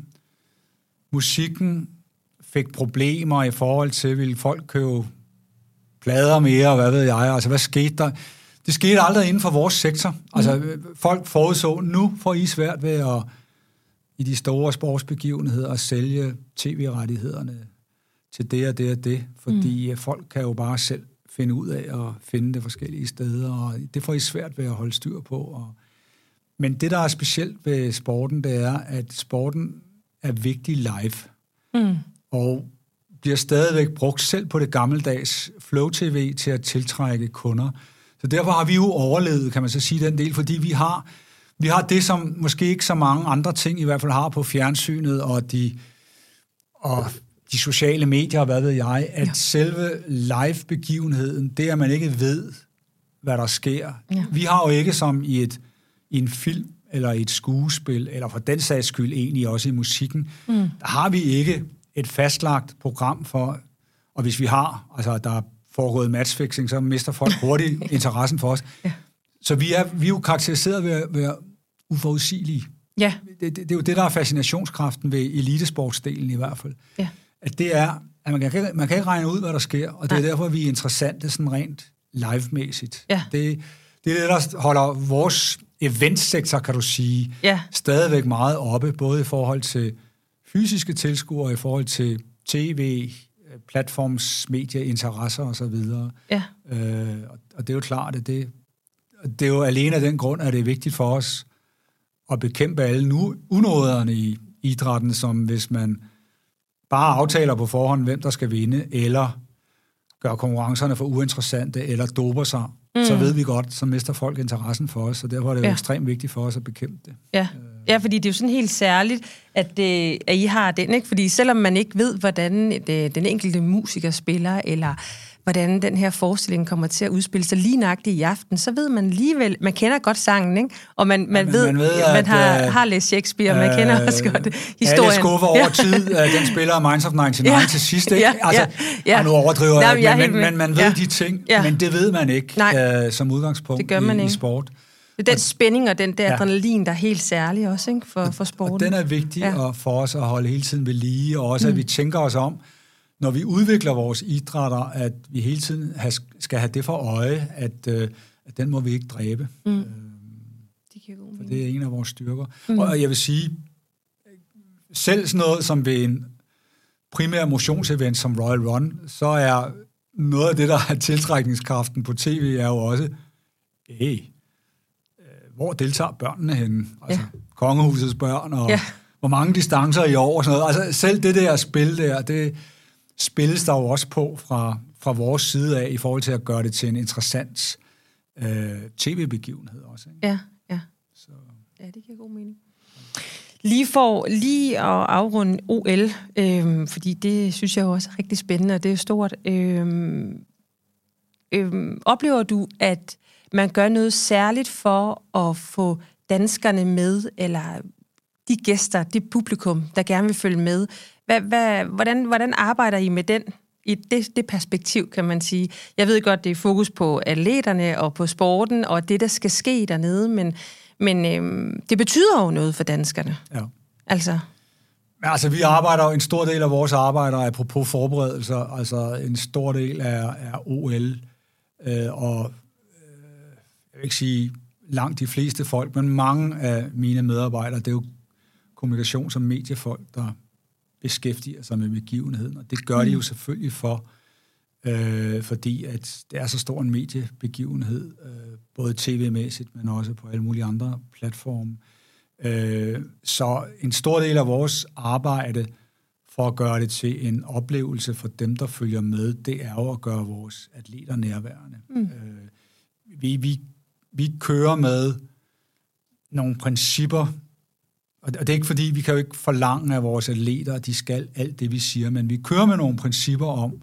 musikken fik problemer i forhold til, ville folk købe plader mere, og hvad ved jeg, altså hvad skete der? Det skete aldrig inden for vores sektor. Altså mm. folk forudså, nu får I svært ved at i de store sportsbegivenheder at sælge tv-rettighederne til det og det og det, fordi mm. folk kan jo bare selv finde ud af at finde det forskellige steder, og det får I svært ved at holde styr på. Og men det, der er specielt ved sporten, det er, at sporten er vigtig live. Mm. Og bliver stadigvæk brugt selv på det gammeldags Flow-tv til at tiltrække kunder. Så derfor har vi jo overlevet, kan man så sige, den del, fordi vi har, vi har det, som måske ikke så mange andre ting i hvert fald har på fjernsynet og de, og de sociale medier, og hvad ved jeg, at ja. selve live-begivenheden, det er, at man ikke ved, hvad der sker. Ja. Vi har jo ikke som i, et, i en film, eller i et skuespil, eller for den sags skyld egentlig også i musikken, mm. der har vi ikke et fastlagt program for, og hvis vi har, altså der er foregået matchfixing, så mister folk hurtigt interessen for os. Ja. Så vi er, vi er jo karakteriseret ved at være uforudsigelige. Ja. Det, det, det er jo det, der er fascinationskraften ved elitesportsdelen i hvert fald. Ja. At det er, at man kan, man kan ikke regne ud, hvad der sker, og det er ja. derfor, vi er interessante sådan rent live-mæssigt. Ja. Det, det er det, der holder vores eventsektor, kan du sige, ja. stadigvæk meget oppe, både i forhold til fysiske tilskuere, i forhold til tv, platforms, medie, interesser og så videre. Ja. Øh, og det er jo klart, at det, det er jo alene af den grund, at det er vigtigt for os at bekæmpe alle nu unåderne i idrætten, som hvis man bare aftaler på forhånd, hvem der skal vinde, eller gør konkurrencerne for uinteressante, eller doper sig, mm. så ved vi godt, så mister folk interessen for os, og derfor er det jo ja. ekstremt vigtigt for os at bekæmpe det. Ja. Ja, fordi det er jo sådan helt særligt, at, øh, at I har den, ikke? Fordi selvom man ikke ved, hvordan det, den enkelte musiker spiller, eller hvordan den her forestilling kommer til at udspille sig lige nøjagtigt i aften, så ved man alligevel, man kender godt sangen, ikke? Og man, man, ja, ved, man, ved, man at, har, har læst Shakespeare, og man øh, kender også godt historien. Alle skuffer over tid, den spiller Minds of nioghalvfems ja, til sidst, ikke? Ja, altså, ja, nu overdriver jeg, jeg men, men, men man ved ja. de ting, ja. men det ved man ikke øh, som udgangspunkt i, i sport. Det er den spænding og den der ja. adrenalin, der er helt særlig også, ikke? For, for sporten. Og den er vigtig ja. for os at holde hele tiden ved lige, og også mm. at vi tænker os om, når vi udvikler vores idrætter, at vi hele tiden have, skal have det for øje, at, øh, at den må vi ikke dræbe. Mm. Øh, det, for det er en af vores styrker. Mm. Og jeg vil sige, selv sådan noget som ved en primær motionsevent som Royal Run, så er noget af det, der er tiltrækningskraften på tv, er jo også, hey, hvor deltager børnene henne? Altså, ja. Kongehusets børn, og ja. hvor mange distancer i år, og sådan noget. Altså, selv det der spil der, det spilles der jo også på fra, fra vores side af, i forhold til at gøre det til en interessant øh, tv-begivenhed også. Ikke? Ja, ja. Så. Ja, det giver god mening. Lige for lige at afrunde O L, øh, fordi det synes jeg jo også er rigtig spændende, og det er stort. Øh, øh, oplever du, at man gør noget særligt for at få danskerne med, eller de gæster, det publikum, der gerne vil følge med? Hvad, hvad, hvordan, hvordan arbejder I med den, i det, det perspektiv, kan man sige? Jeg ved godt, det er fokus på atleterne og på sporten, og det, der skal ske dernede, men, men øhm, det betyder jo noget for danskerne. Ja. Altså... Altså, vi arbejder jo, en stor del af vores arbejde, apropos forberedelser, altså en stor del er, er O L, øh, og jeg vil ikke sige langt de fleste folk, men mange af mine medarbejdere, det er jo kommunikations- og mediefolk, der beskæftiger sig med begivenheden, og det gør mm. de jo selvfølgelig for, øh, fordi at det er så stor en mediebegivenhed, øh, både tv-mæssigt, men også på alle mulige andre platforme. Øh, så en stor del af vores arbejde for at gøre det til en oplevelse for dem, der følger med, det er jo at gøre vores atleter nærværende. Mm. Øh, vi, vi, vi kører med nogle principper, og det er ikke fordi, vi kan jo ikke forlange af vores atleter, at de skal alt det, vi siger, men vi kører med nogle principper om,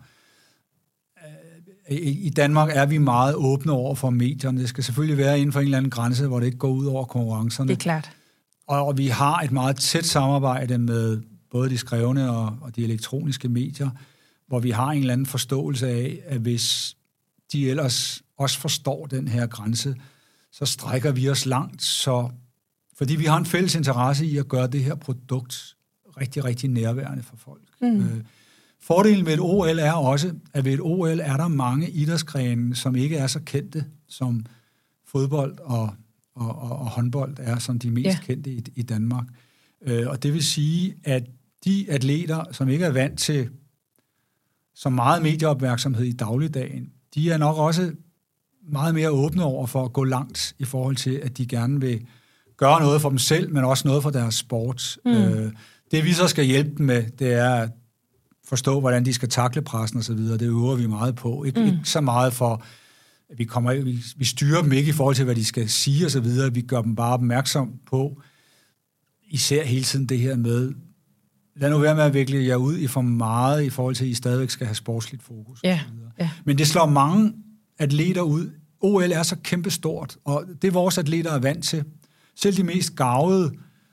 i Danmark er vi meget åbne over for medierne. Det skal selvfølgelig være inden for en eller anden grænse, hvor det ikke går ud over konkurrencerne. Det er klart. Og vi har et meget tæt samarbejde med både de skrevne og, og de elektroniske medier, hvor vi har en eller anden forståelse af, at hvis de ellers også forstår den her grænse, så strækker vi os langt, så, fordi vi har en fælles interesse i at gøre det her produkt rigtig, rigtig nærværende for folk. Mm. Øh, fordelen ved et O L er også, at ved et O L er der mange idrætsgrene, som ikke er så kendte, som fodbold og, og, og, og håndbold er, som de mest ja. kendte i, i Danmark. Øh, og det vil sige, at de atleter, som ikke er vant til så meget medieopmærksomhed i dagligdagen, de er nok også meget mere åbne over for at gå langt i forhold til, at de gerne vil gøre noget for dem selv, men også noget for deres sport. Mm. Øh, det vi så skal hjælpe dem med, det er at forstå, hvordan de skal takle pressen og så videre. Det øver vi meget på. Ikke, mm. ikke så meget for, at vi, kommer, vi, vi styrer dem ikke i forhold til, hvad de skal sige og så videre. Vi gør dem bare opmærksom på, især hele tiden det her med, lad nu være med at vikle jer ud i for meget i forhold til, at I stadigvæk skal have sportsligt fokus. Ja, og så videre. Ja. Men det slår mange atleter ud. O L er så kæmpestort, og det vores atleter er vant til. Selv de mest garvede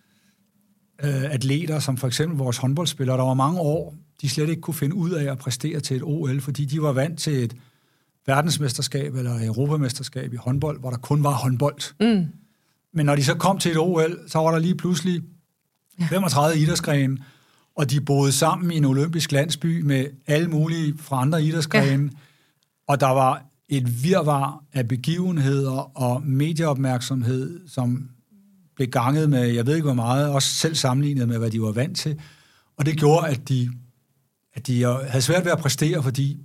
øh, atleter, som for eksempel vores håndboldspillere, der var mange år, de slet ikke kunne finde ud af at præstere til et O L, fordi de var vant til et verdensmesterskab eller europamesterskab i håndbold, hvor der kun var håndbold. Mm. Men når de så kom til et O L, så var der lige pludselig femogtredive idrætsgrene, og de boede sammen i en olympisk landsby med alle mulige fra andre idrætsgrene, ja. Og der var et virvar af begivenheder og medieopmærksomhed, som blev ganget med, jeg ved ikke hvor meget, også selv sammenlignet med, hvad de var vant til. Og det gjorde, at de, at de havde svært ved at præstere, fordi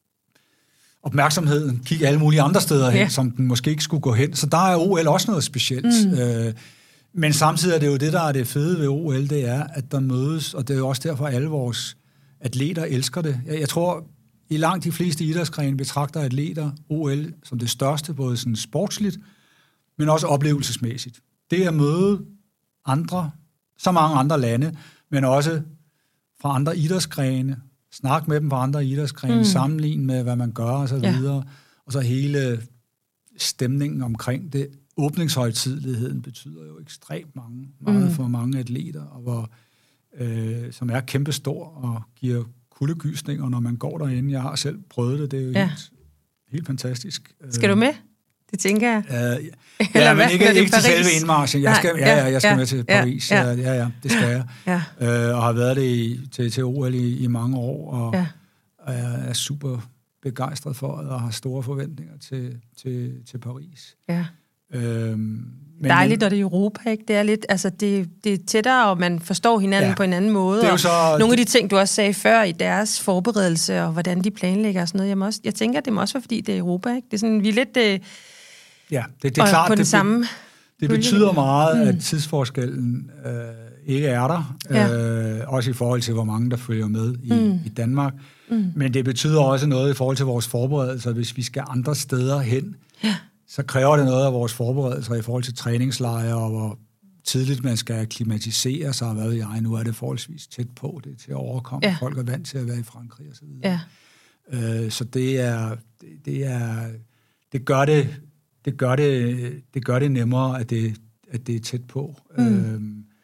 opmærksomheden gik alle mulige andre steder hen, ja. Som den måske ikke skulle gå hen. Så der er O L også noget specielt. Mm. Øh, men samtidig er det jo det, der er det fede ved O L, det er, at der mødes, og det er jo også derfor, at alle vores atleter elsker det. Jeg, jeg tror, i langt de fleste idrætsgrene betragter atleter O L som det største, både sådan sportsligt, men også oplevelsesmæssigt. Det at møde andre, så mange andre lande, men også fra andre idrætsgrene, snakke med dem fra andre idrætsgrene, mm. sammenligne med, hvad man gør, og så videre. Ja. Og så hele stemningen omkring det. Åbningshøjtideligheden betyder jo ekstremt mange, meget mm. for mange atleter, og hvor, øh, som er kæmpestor og giver kuldegysninger, når man går derinde. Jeg har selv prøvet det, det er jo ja. helt, helt fantastisk. Skal du med? Det tænker jeg. Uh, ja, ja men ikke, ikke til selve indmarchen. Jeg skal, ja, ja, jeg skal ja, med til Paris. Ja, ja, ja det skal jeg. Ja. Uh, og har været det i, til, til O L i, i mange år, og, ja. og jeg er super begejstret for det, og har store forventninger til, til, til Paris. Ja. Øhm, men dejligt, og det er Europa, ikke? Det er lidt, altså det, det er tættere, og man forstår hinanden ja, på en anden måde. Det er jo så, nogle af de ting, du også sagde før i deres forberedelse, og hvordan de planlægger og sådan noget, jeg, også, jeg tænker, det må også være, fordi det er Europa, ikke? Det er sådan, vi er lidt øh, ja, det, det er klart, på den det, samme det betyder meget, mm. at tidsforskellen øh, ikke er der, ja. øh, også i forhold til, hvor mange der følger med i, mm. i Danmark. Mm. Men det betyder også noget i forhold til vores forberedelser, hvis vi skal andre steder hen. Ja. Så kræver det noget af vores forberedelser i forhold til træningslejre, og hvor tidligt man skal akklimatisere sig, og hvad ved jeg, nu er det forholdsvis tæt på det til at overkomme. Ja. Folk er vant til at være i Frankrig og så videre. Ja. Øh, så det er, det, det er, det gør det, det gør det, det gør det nemmere, at det, at det er tæt på. Mm. Øh,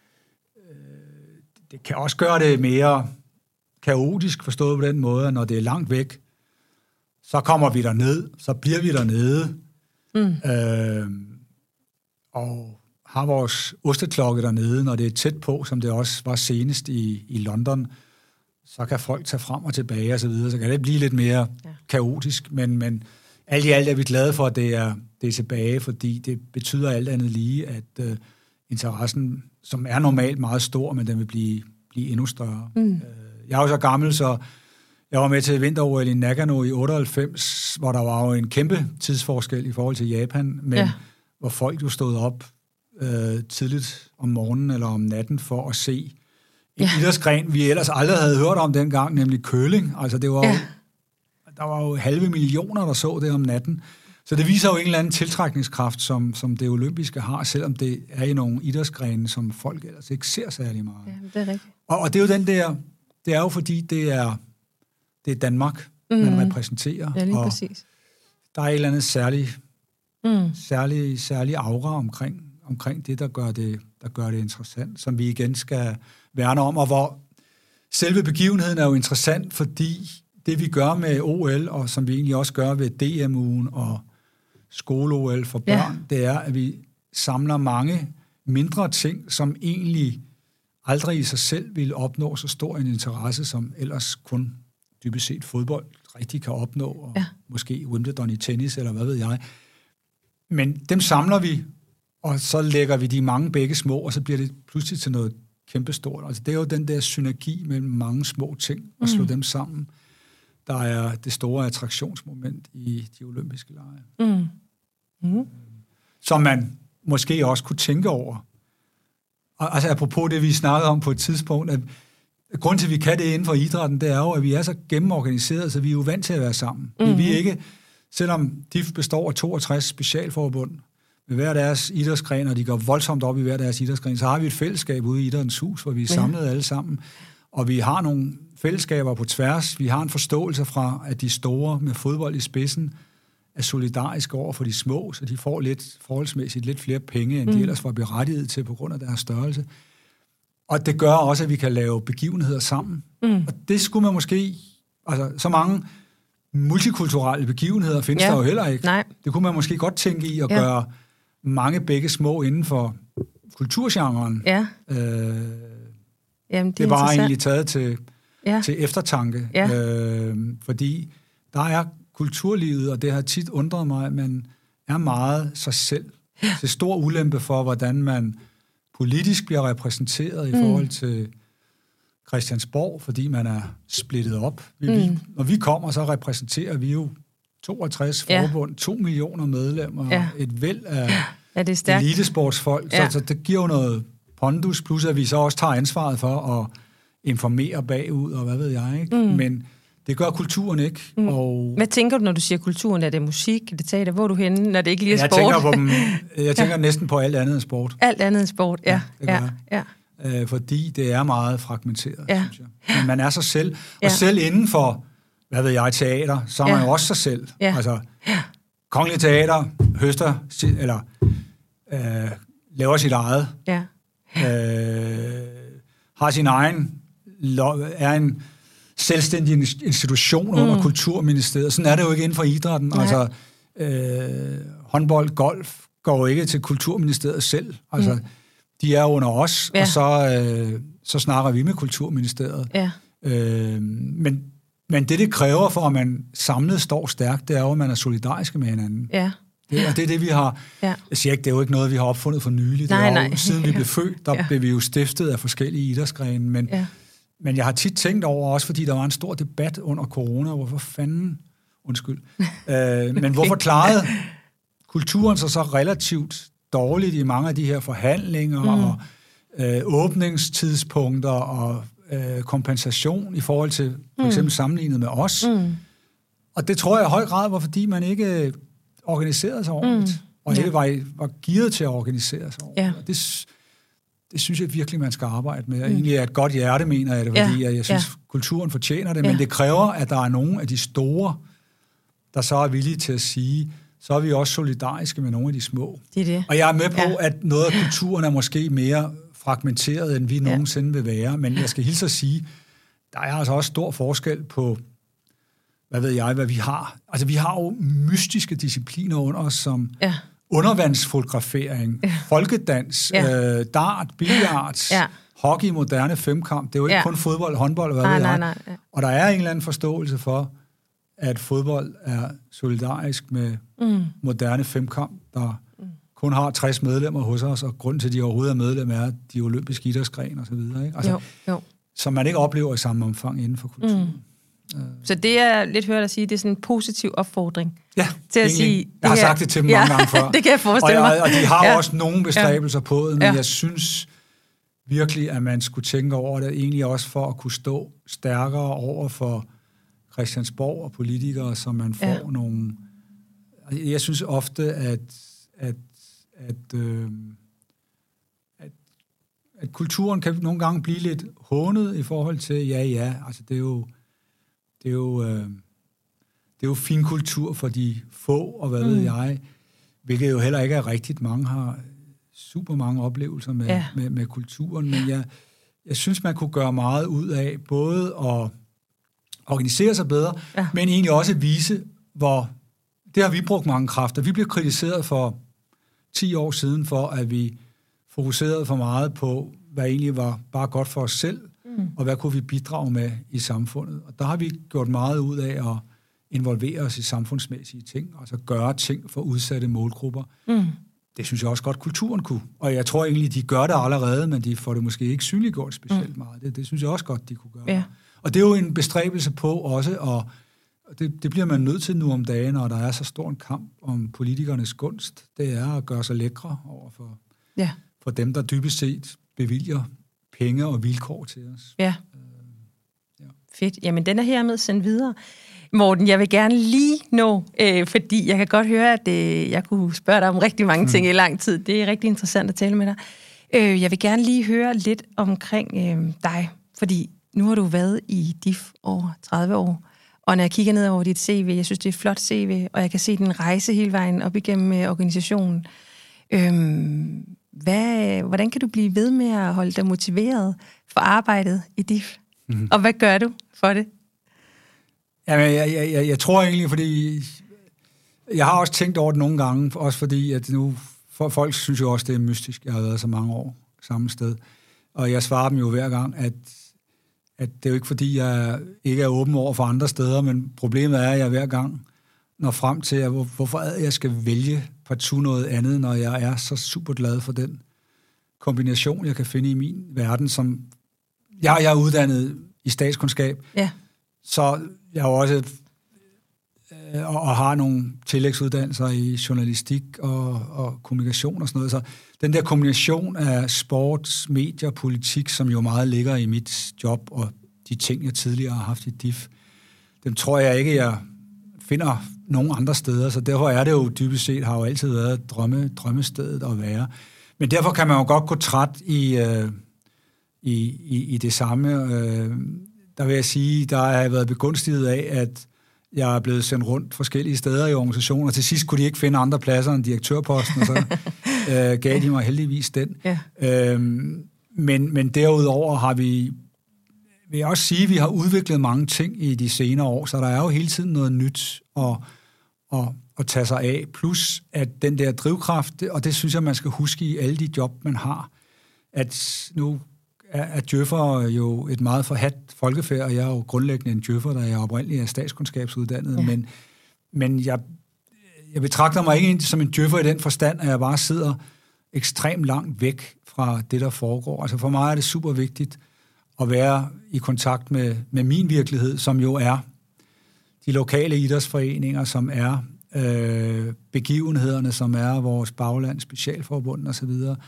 det kan også gøre det mere kaotisk, forstået på den måde, at når det er langt væk, så kommer vi derned, så bliver vi dernede, Mm. Øh, og har vores osteklokke dernede, når det er tæt på, som det også var senest i, i London, så kan folk tage frem og tilbage og så videre, så kan det blive lidt mere ja. kaotisk, men, men alt i alt er vi glade for, at det er, det er tilbage, fordi det betyder alt andet lige, at øh, interessen, som er normalt meget stor, men den vil blive, blive endnu større. Mm. Øh, jeg er jo så gammel, så Jeg var med til vinter-O L i Nagano i otteoghalvfems, hvor der var jo en kæmpe tidsforskel i forhold til Japan, men ja. hvor folk jo stod op øh, tidligt om morgenen eller om natten for at se en ja. idrætsgren, vi ellers aldrig havde hørt om dengang, nemlig curling. Altså det var ja. jo, der var jo halve millioner, der så det om natten. Så det viser jo en eller anden tiltrækningskraft, som, som det olympiske har, selvom det er i nogle idrætsgrene, som folk ellers ikke ser særlig meget. Ja, det er rigtigt. Og, og det er jo den der, det er jo fordi, det er, det er Danmark, mm. man repræsenterer. Ja, lige og præcis. Der er et eller andet særlig, mm. særlig, særlig aura omkring, omkring det, der gør det, der gør det interessant, som vi igen skal værne om, og hvor selve begivenheden er jo interessant, fordi det vi gør med O L, og som vi egentlig også gør ved D M-ugen og skole-O L for børn, ja. det er, at vi samler mange mindre ting, som egentlig aldrig i sig selv ville opnå så stor en interesse, som ellers kun dybest set fodbold rigtig kan opnå, og ja. måske Wimbledon i tennis, eller hvad ved jeg. Men dem samler vi, og så lægger vi de mange begge små, og så bliver det pludselig til noget kæmpestort. Altså, det er jo den der synergi mellem mange små ting, og slå mm. dem sammen, der er det store attraktionsmoment i de olympiske lege. Mm. Mm. Som man måske også kunne tænke over. Altså apropos det, vi snakkede om på et tidspunkt, at grunden til, at vi kan det inden for idrætten, det er jo, at vi er så gennemorganiseret, så vi er jo vant til at være sammen. Mm-hmm. Vi er ikke, selvom D I F består af toogtres specialforbund, med hver deres idrætsgren, og de går voldsomt op i hver deres idrætsgren, så har vi et fællesskab ude i Idrættens Hus, hvor vi er samlet ja. alle sammen, og vi har nogle fællesskaber på tværs. Vi har en forståelse fra, at de store med fodbold i spidsen er solidariske over for de små, så de får lidt forholdsmæssigt lidt flere penge, end mm. de ellers var berettiget til på grund af deres størrelse. Og det gør også, at vi kan lave begivenheder sammen. Mm. Og det skulle man måske... Altså, så mange multikulturelle begivenheder findes ja. der jo heller ikke. Nej. Det kunne man måske godt tænke i at ja. gøre mange begge små inden for kulturgenren. Ja. Øh, Jamen, det, det var egentlig taget til, ja. til eftertanke. Ja. Øh, fordi der er kulturlivet, og det har tit undret mig, at man er meget sig selv. Ja. Det er stor ulempe for, hvordan man politisk bliver repræsenteret i mm. forhold til Christiansborg, fordi man er splittet op. Vi, mm. vi, når vi kommer, så repræsenterer vi jo toogtres ja. forbund, to millioner medlemmer, ja. et væld af ja, det er elitesportsfolk, ja. så, så det giver jo noget pondus, plus at vi så også tager ansvaret for at informere bagud, og hvad ved jeg, ikke? Mm. Men det gør kulturen ikke. Mm. Og hvad tænker du, når du siger kulturen? Er det musik? Er det teater? Hvor er du henne, når det ikke lige er jeg sport? Tænker på dem, jeg tænker ja. næsten på alt andet end sport. Alt andet end sport, ja. ja, ja, ja. Øh, fordi det er meget fragmenteret, ja. synes jeg. Men man er sig selv. Og ja. selv inden for, hvad ved jeg, teater, så er man ja. jo også sig selv. Ja. Altså, Kongelige Teater høster, eller øh, laver sit eget. Ja. Øh, har sin egen, er en selvstændig institution under mm. Kulturministeriet. Sådan er det jo ikke inden for idrætten. Nej. Altså, øh, håndbold, golf går jo ikke til Kulturministeriet selv. Altså, mm. de er under os, ja. og så, øh, så snakker vi med Kulturministeriet. Ja. Øh, men, men det, det kræver for, at man samlet står stærkt, det er jo, at man er solidariske med hinanden. Ja. Det, og det er det, vi har... Ja. Jeg siger ikke, det er jo ikke noget, vi har opfundet for nylig. Nej, det er jo, nej. siden vi blev født, der ja. blev vi jo stiftet af forskellige idrætsgrene, men... Ja. Men jeg har tit tænkt over, også fordi der var en stor debat under corona, hvorfor fanden, undskyld, øh, men hvorfor klarede kulturen sig så relativt dårligt i mange af de her forhandlinger mm. og øh, åbningstidspunkter og øh, kompensation i forhold til for eksempel mm. sammenlignet med os. Mm. Og det tror jeg i høj grad var, fordi man ikke organiserede sig ordentligt, mm. og ikke ja. var, var gearet til at organisere sig ordentligt. Ja. Og det Det synes jeg virkelig, man skal arbejde med. Mm. Egentlig er et godt hjerte, mener jeg det, fordi ja, jeg synes, ja. kulturen fortjener det, men ja. det kræver, at der er nogle af de store, der så er villige til at sige, så er vi også solidariske med nogle af de små. Det er det. Og jeg er med på, ja. at noget af kulturen er måske mere fragmenteret, end vi ja. nogensinde vil være, men jeg skal hilse at sige, der er altså også stor forskel på, hvad ved jeg, hvad vi har. Altså, vi har jo mystiske discipliner under os, som... Ja. undervandsfotografering, ja. folkedans, ja. øh, dart, billard, ja. hockey, moderne femkamp. Det er jo ikke ja. kun fodbold, håndbold, hvad nej, ved nej, jeg. nej, ja. Og der er en eller anden forståelse for, at fodbold er solidarisk med mm. moderne femkamp, der mm. kun har tres medlemmer hos os, og grund til, at de overhovedet er medlem, er de olympiske idrætsgrene og så videre. Ikke? Altså, jo, jo. som man ikke oplever i samme omfang inden for kulturen. Så det er lidt hørt at sige, det er sådan en positiv opfordring. Ja, til at egentlig. sige, jeg har her, sagt det til dem mange ja, gange før. Det kan jeg forestille og, mig. Og, og de har ja. også nogle bestræbelser ja. på det, men ja. jeg synes virkelig, at man skulle tænke over det, egentlig også for at kunne stå stærkere over for Christiansborg og politikere, så man får ja. nogle... Jeg synes ofte, at, at, at, øh, at, at kulturen kan nogle gange blive lidt hånet i forhold til, ja, ja, altså det er jo... Det er jo, øh, det er jo fin kultur for de få, og hvad mm. ved jeg, hvilket jo heller ikke er rigtigt. Mange har super mange oplevelser med, ja. med, med kulturen, men jeg, jeg synes, man kunne gøre meget ud af både at organisere sig bedre, ja. men egentlig også vise, hvor det har vi brugt mange kræfter. Vi blev kritiseret for ti år siden for, at vi fokuserede for meget på, hvad egentlig var bare godt for os selv, mm. og hvad kunne vi bidrage med i samfundet. Og der har vi gjort meget ud af at involvere os i samfundsmæssige ting, altså gøre ting for udsatte målgrupper. Mm. Det synes jeg også godt, kulturen kunne. Og jeg tror egentlig, de gør det allerede, men de får det måske ikke synliggjort specielt mm. meget. Det, det synes jeg også godt, de kunne gøre. Ja. Og det er jo en bestræbelse på også, og det, det bliver man nødt til nu om dagen, når der er så stor en kamp om politikernes gunst. Det er at gøre sig lækre over for, ja. for dem, der dybest set bevilger penge og vilkår til os. Ja. Øh, ja. Fedt. Jamen, den er hermed sendt videre. Morten, jeg vil gerne lige nå, øh, fordi jeg kan godt høre, at øh, jeg kunne spørge dig om rigtig mange ting mm. i lang tid. Det er rigtig interessant at tale med dig. Øh, jeg vil gerne lige høre lidt omkring øh, dig, fordi nu har du været i D I F over tredive år, og når jeg kigger ned over dit C V, jeg synes, det er et flot C V, og jeg kan se din rejse hele vejen op igennem øh, organisationen. Øh, hvad, hvordan kan du blive ved med at holde dig motiveret for arbejdet i D I F? Mm. Og hvad gør du for det? Jamen, jeg, jeg, jeg, jeg tror egentlig, fordi jeg har også tænkt over det nogle gange, også fordi at nu, for, folk synes jo også, det er mystisk. Jeg har været så mange år samme sted, og jeg svarer dem jo hver gang, at, at det er jo ikke fordi, jeg ikke er åben over for andre steder, men problemet er, at jeg hver gang når frem til, at hvor, hvorfor jeg skal vælge partout noget andet, når jeg er så super glad for den kombination, jeg kan finde i min verden, som jeg, jeg er uddannet i statskundskab, ja. Så jeg er jo også øh, og, og har nogle tillægsuddannelser i journalistik og, og kommunikation og sådan noget. Så den der kombination af sport, medier, politik, som jo meget ligger i mit job og de ting, jeg tidligere har haft i D I F, dem tror jeg ikke, jeg finder nogen andre steder. Så derfor er det jo dybest set, har jo altid været drømme, drømmestedet at være. Men derfor kan man jo godt gå træt i, øh, i, i, i det samme. Øh, Der vil jeg sige, der har jeg været begunstiget af, at jeg er blevet sendt rundt forskellige steder i organisationen, og til sidst kunne de ikke finde andre pladser end direktørposten, og så øh, gav de mig heldigvis den. Ja. Øhm, men, men derudover har vi, vil jeg også sige, at vi har udviklet mange ting i de senere år, så der er jo hele tiden noget nyt at, at, at tage sig af. Plus at den der drivkraft, og det synes jeg, man skal huske i alle de job, man har, at nu er djøffer jo et meget forhadt folkefærd, og jeg er jo grundlæggende en djøffer, der jeg oprindeligt er statskundskabsuddannet, ja. men, men jeg, jeg betragter mig ikke som en djøffer i den forstand, at jeg bare sidder ekstremt langt væk fra det, der foregår. Altså for mig er det super vigtigt at være i kontakt med, med min virkelighed, som jo er de lokale idrætsforeninger, som er øh, begivenhederne, som er vores bagland, specialforbund osv.,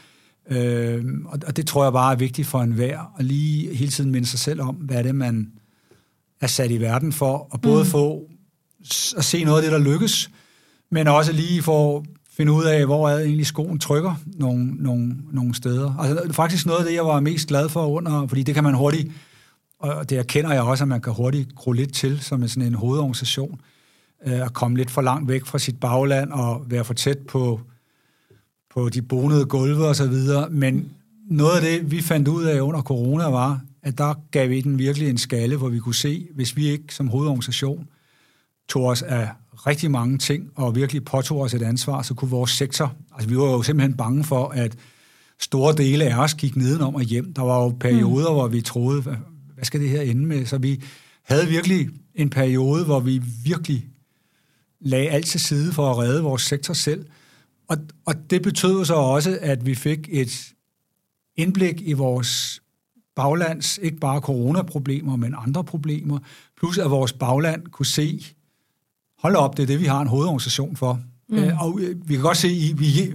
Øh, og det tror jeg bare er vigtigt for enhver, at lige hele tiden minde sig selv om, hvad er det, man er sat i verden for, og både mm. få at se noget af det, der lykkes, men også lige for at finde ud af, hvor er egentlig skoen trykker nogle, nogle, nogle steder. Altså faktisk noget af det, jeg var mest glad for under, fordi det kan man hurtigt, og det erkender jeg også, at man kan hurtigt gro lidt til, som sådan en hovedorganisation, øh, at komme lidt for langt væk fra sit bagland og være for tæt på på de bonede gulve og så videre, men noget af det, vi fandt ud af under corona, var, at der gav vi den virkelig en skalle, hvor vi kunne se, hvis vi ikke som hovedorganisation tog os af rigtig mange ting, og virkelig påtog os et ansvar, så kunne vores sektor, altså vi var jo simpelthen bange for, at store dele af os gik nedenom og hjem. Der var jo perioder, mm. hvor vi troede, hvad skal det her ende med? Så vi havde virkelig en periode, hvor vi virkelig lagde alt til side for at redde vores sektor selv. Og, og det betød så også, at vi fik et indblik i vores baglands, ikke bare coronaproblemer, men andre problemer, plus at vores bagland kunne se, hold op, det er det, vi har en hovedorganisation for. Mm. Øh, og vi kan godt se, I, vi,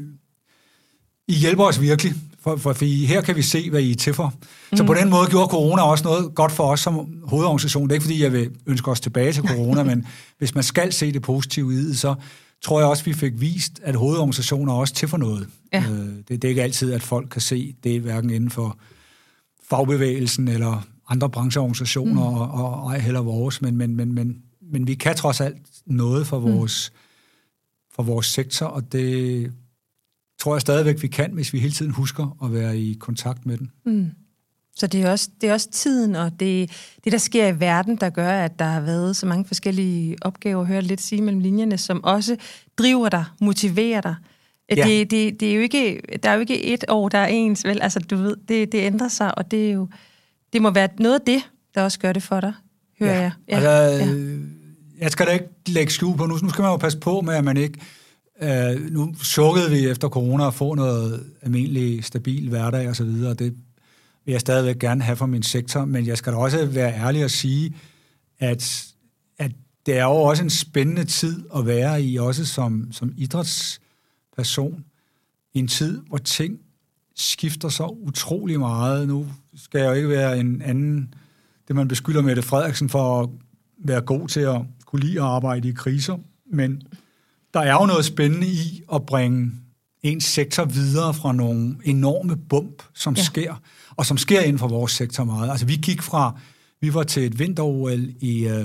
I hjælper os virkelig, for, for, for her kan vi se, hvad I er til for. Mm. Så på den måde gjorde corona også noget godt for os som hovedorganisation. Det er ikke, fordi jeg vil ønske os tilbage til corona, men hvis man skal se det positive i det, så tror jeg også, vi fik vist, at hovedorganisationer er også til for noget. Ja. Øh, det, det er ikke altid, at folk kan se det, hverken inden for fagbevægelsen eller andre brancheorganisationer, mm. og, og ej heller vores, men, men, men, men, men vi kan trods alt noget for vores, mm. for vores sektor, og det tror jeg stadigvæk, vi kan, hvis vi hele tiden husker at være i kontakt med den. Mm. Så det er, også, det er også tiden, og det, det, der sker i verden, der gør, at der har været så mange forskellige opgaver, hører lidt sige mellem linjerne, som også driver dig, motiverer dig. Ja. Det, det, det er jo ikke, der er jo ikke et år, der er ens, vel? Altså, du ved, det, det ændrer sig, og det er jo, det må være noget af det, der også gør det for dig, hører ja. jeg. Ja. Altså, ja. Jeg skal da ikke lægge skjul på nu. Nu skal man jo passe på med, at man ikke... Uh, nu sukkede vi efter corona at få noget almindelig, stabil hverdag og så videre, det vil jeg stadigvæk gerne have for min sektor, men jeg skal da også være ærlig og sige, at, at det er jo også en spændende tid at være i, også som, som idrætsperson, i en tid, hvor ting skifter så utrolig meget. Nu skal jeg jo ikke være en anden, det man beskylder Mette Frederiksen for at være god til at kunne lide at arbejde i kriser, men der er jo noget spændende i at bringe ens sektor videre fra nogle enorme bump, som ja. sker, og som sker inden for vores sektor meget. Altså vi gik fra, vi var til et vinter-O L i, øh,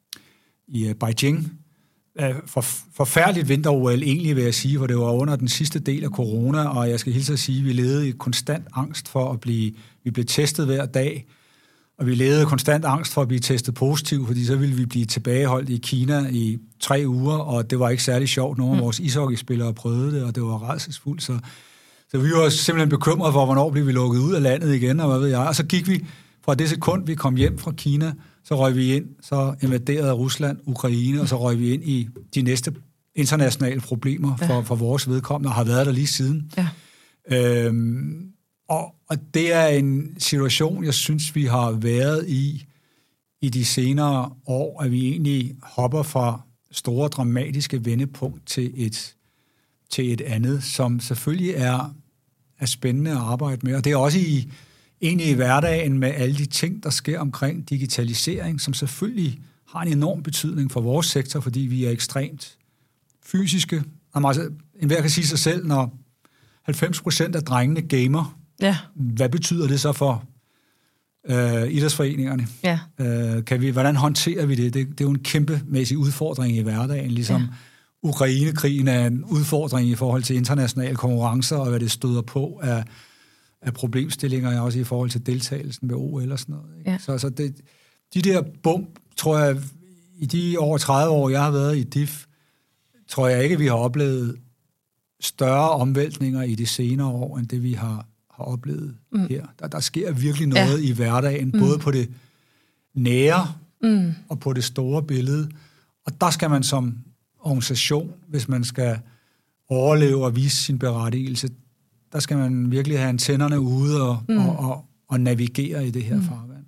i Beijing, øh, for, forfærdeligt vinter-O L egentlig, vil jeg sige, for det var under den sidste del af corona, og jeg skal hilse at sige, at vi levede i konstant angst for at blive, vi blev testet hver dag, og vi levede konstant angst for at blive testet positiv, fordi så ville vi blive tilbageholdt i Kina i tre uger, og det var ikke særlig sjovt. Nogle af vores ishockeyspillere prøvede det, og det var rædselsfuldt. Så, så vi var simpelthen bekymrede for, hvornår blev vi lukket ud af landet igen, og hvad ved jeg. Og så gik vi fra det sekund, vi kom hjem fra Kina, så røg vi ind, så invaderede Rusland, Ukraine, og så røg vi ind i de næste internationale problemer for, ja. for vores vedkommende, og har været der lige siden. Ja. Øhm, Og, og det er en situation, jeg synes, vi har været i i de senere år, at vi egentlig hopper fra store dramatiske vendepunkt til et, til et andet, som selvfølgelig er, er spændende at arbejde med. Og det er også i, egentlig i hverdagen med alle de ting, der sker omkring digitalisering, som selvfølgelig har en enorm betydning for vores sektor, fordi vi er ekstremt fysiske. Altså, enhver kan sige sig selv, når halvfems procent af drengene gamer, ja. Hvad betyder det så for øh, idrætsforeningerne? Ja. Øh, kan vi, hvordan håndterer vi det? det? Det er jo en kæmpemæssig udfordring i hverdagen, ligesom ja. Ukrainekrigen er en udfordring i forhold til internationale konkurrencer, og hvad det støder på af, af problemstillinger, også i forhold til deltagelsen ved O L og sådan noget. Ikke? Ja. Så, så det, de der bump, tror jeg, i de over tredive år, jeg har været i D I F, tror jeg ikke, vi har oplevet større omvæltninger i de senere år, end det vi har har oplevet mm. her. Der, der sker virkelig noget ja. i hverdagen, både mm. på det nære mm. og på det store billede. Og der skal man som organisation, hvis man skal overleve og vise sin berettigelse, der skal man virkelig have antennerne ude og, mm. og, og, og navigere i det her mm. farvand.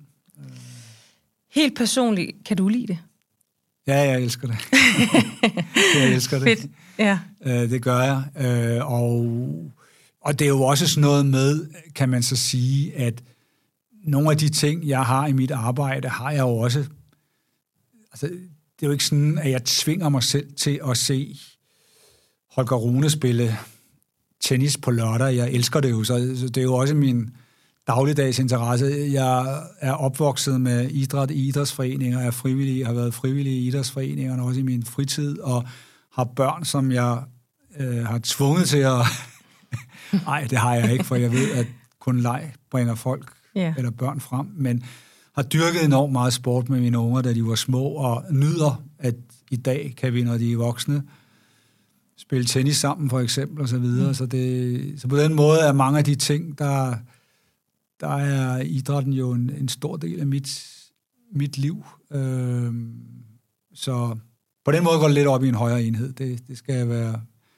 Helt personligt, kan du lide det? Ja, jeg elsker det. jeg elsker det. Fedt. Ja. Øh, det gør jeg. Øh, og Og det er jo også sådan noget med, kan man så sige, at nogle af de ting, jeg har i mit arbejde, har jeg jo også... Altså, det er jo ikke sådan, at jeg tvinger mig selv til at se Holger Rune spille tennis på lørdag. Jeg elsker det jo, så det er jo også min dagligdags interesse. Jeg er opvokset med idræt i idrætsforeninger, er frivillig, har været frivillig i idrætsforeningerne, også i min fritid, og har børn, som jeg øh, har tvunget til at... Nej, det har jeg ikke, for jeg ved, at kun leg bringer folk yeah. eller børn frem, men har dyrket enormt meget sport med mine unger, da de var små, og nyder, at i dag kan vi, når de er voksne, spille tennis sammen, for eksempel, og så videre. Mm. Så, det, så på den måde er mange af de ting, der, der er idrætten jo en, en stor del af mit, mit liv. Øhm, så på den måde går det lidt op i en højere enhed. Det, det skal være...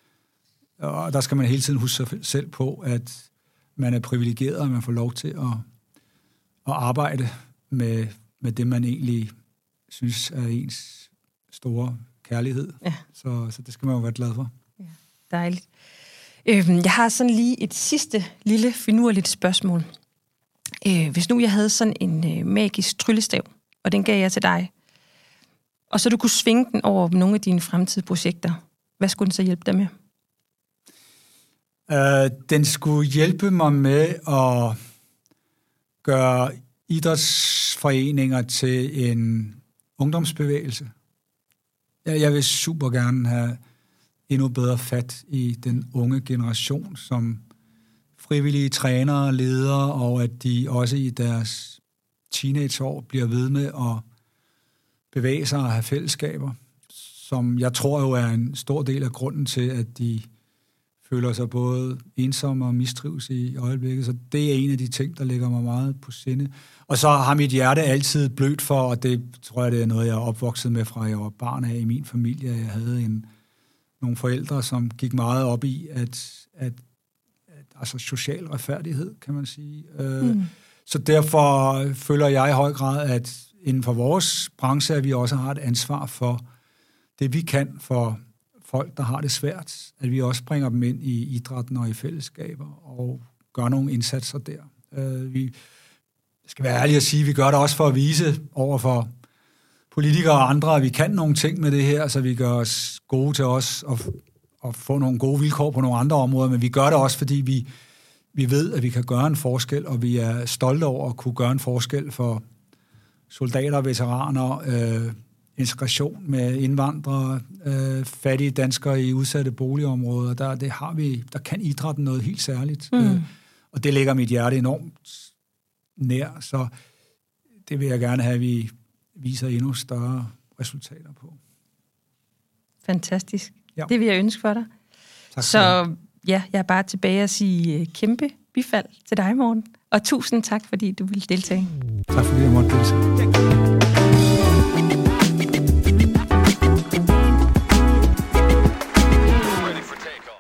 Og der skal man hele tiden huske sig selv på, at man er privilegeret, og man får lov til at, at arbejde med, med det, man egentlig synes er ens store kærlighed. Ja. Så, så det skal man jo være glad for. Ja, dejligt. Øh, jeg har sådan lige et sidste lille finurligt spørgsmål. Øh, hvis nu jeg havde sådan en øh, magisk tryllestav, og den gav jeg til dig, og så du kunne svinge den over nogle af dine fremtidige projekter, hvad skulle den så hjælpe dig med? Uh, den skulle hjælpe mig med at gøre idrætsforeninger til en ungdomsbevægelse. Jeg, jeg vil super gerne have endnu bedre fat i den unge generation, som frivillige trænere, ledere, og at de også i deres teenageår bliver ved med at bevæge sig og have fællesskaber, som jeg tror jo er en stor del af grunden til, at de føler sig både ensomme og mistrives i øjeblikket. Så det er en af de ting, der ligger mig meget på sinde. Og så har mit hjerte altid blødt for, og det tror jeg, det er noget, jeg er opvokset med fra jeg var barn af i min familie. Jeg havde en, nogle forældre, som gik meget op i, at, at, at altså social retfærdighed, kan man sige. Mm. Så derfor føler jeg i høj grad, at inden for vores branche, at vi også har et ansvar for det, vi kan for folk, der har det svært, at vi også bringer dem ind i idrætten og i fællesskaber og gør nogle indsatser der. Uh, vi skal være ærlige at sige, at vi gør det også for at vise over for politikere og andre, at vi kan nogle ting med det her, så vi gør os gode til os og, og få nogle gode vilkår på nogle andre områder, men vi gør det også, fordi vi, vi ved, at vi kan gøre en forskel, og vi er stolte over at kunne gøre en forskel for soldater, veteraner, øh, integration med indvandrere, øh, fattige danskere i udsatte boligområder. Der, det har vi, der kan idrætten noget helt særligt. Mm. Øh, og det ligger mit hjerte enormt nær, så det vil jeg gerne have, at vi viser endnu større resultater på. Fantastisk. Ja. Det vil jeg ønske for dig. Tak så ja, jeg er bare tilbage at sige kæmpe bifald til dig, Morten. Og tusind tak, fordi du ville deltage. Tak fordi jeg måtte deltage.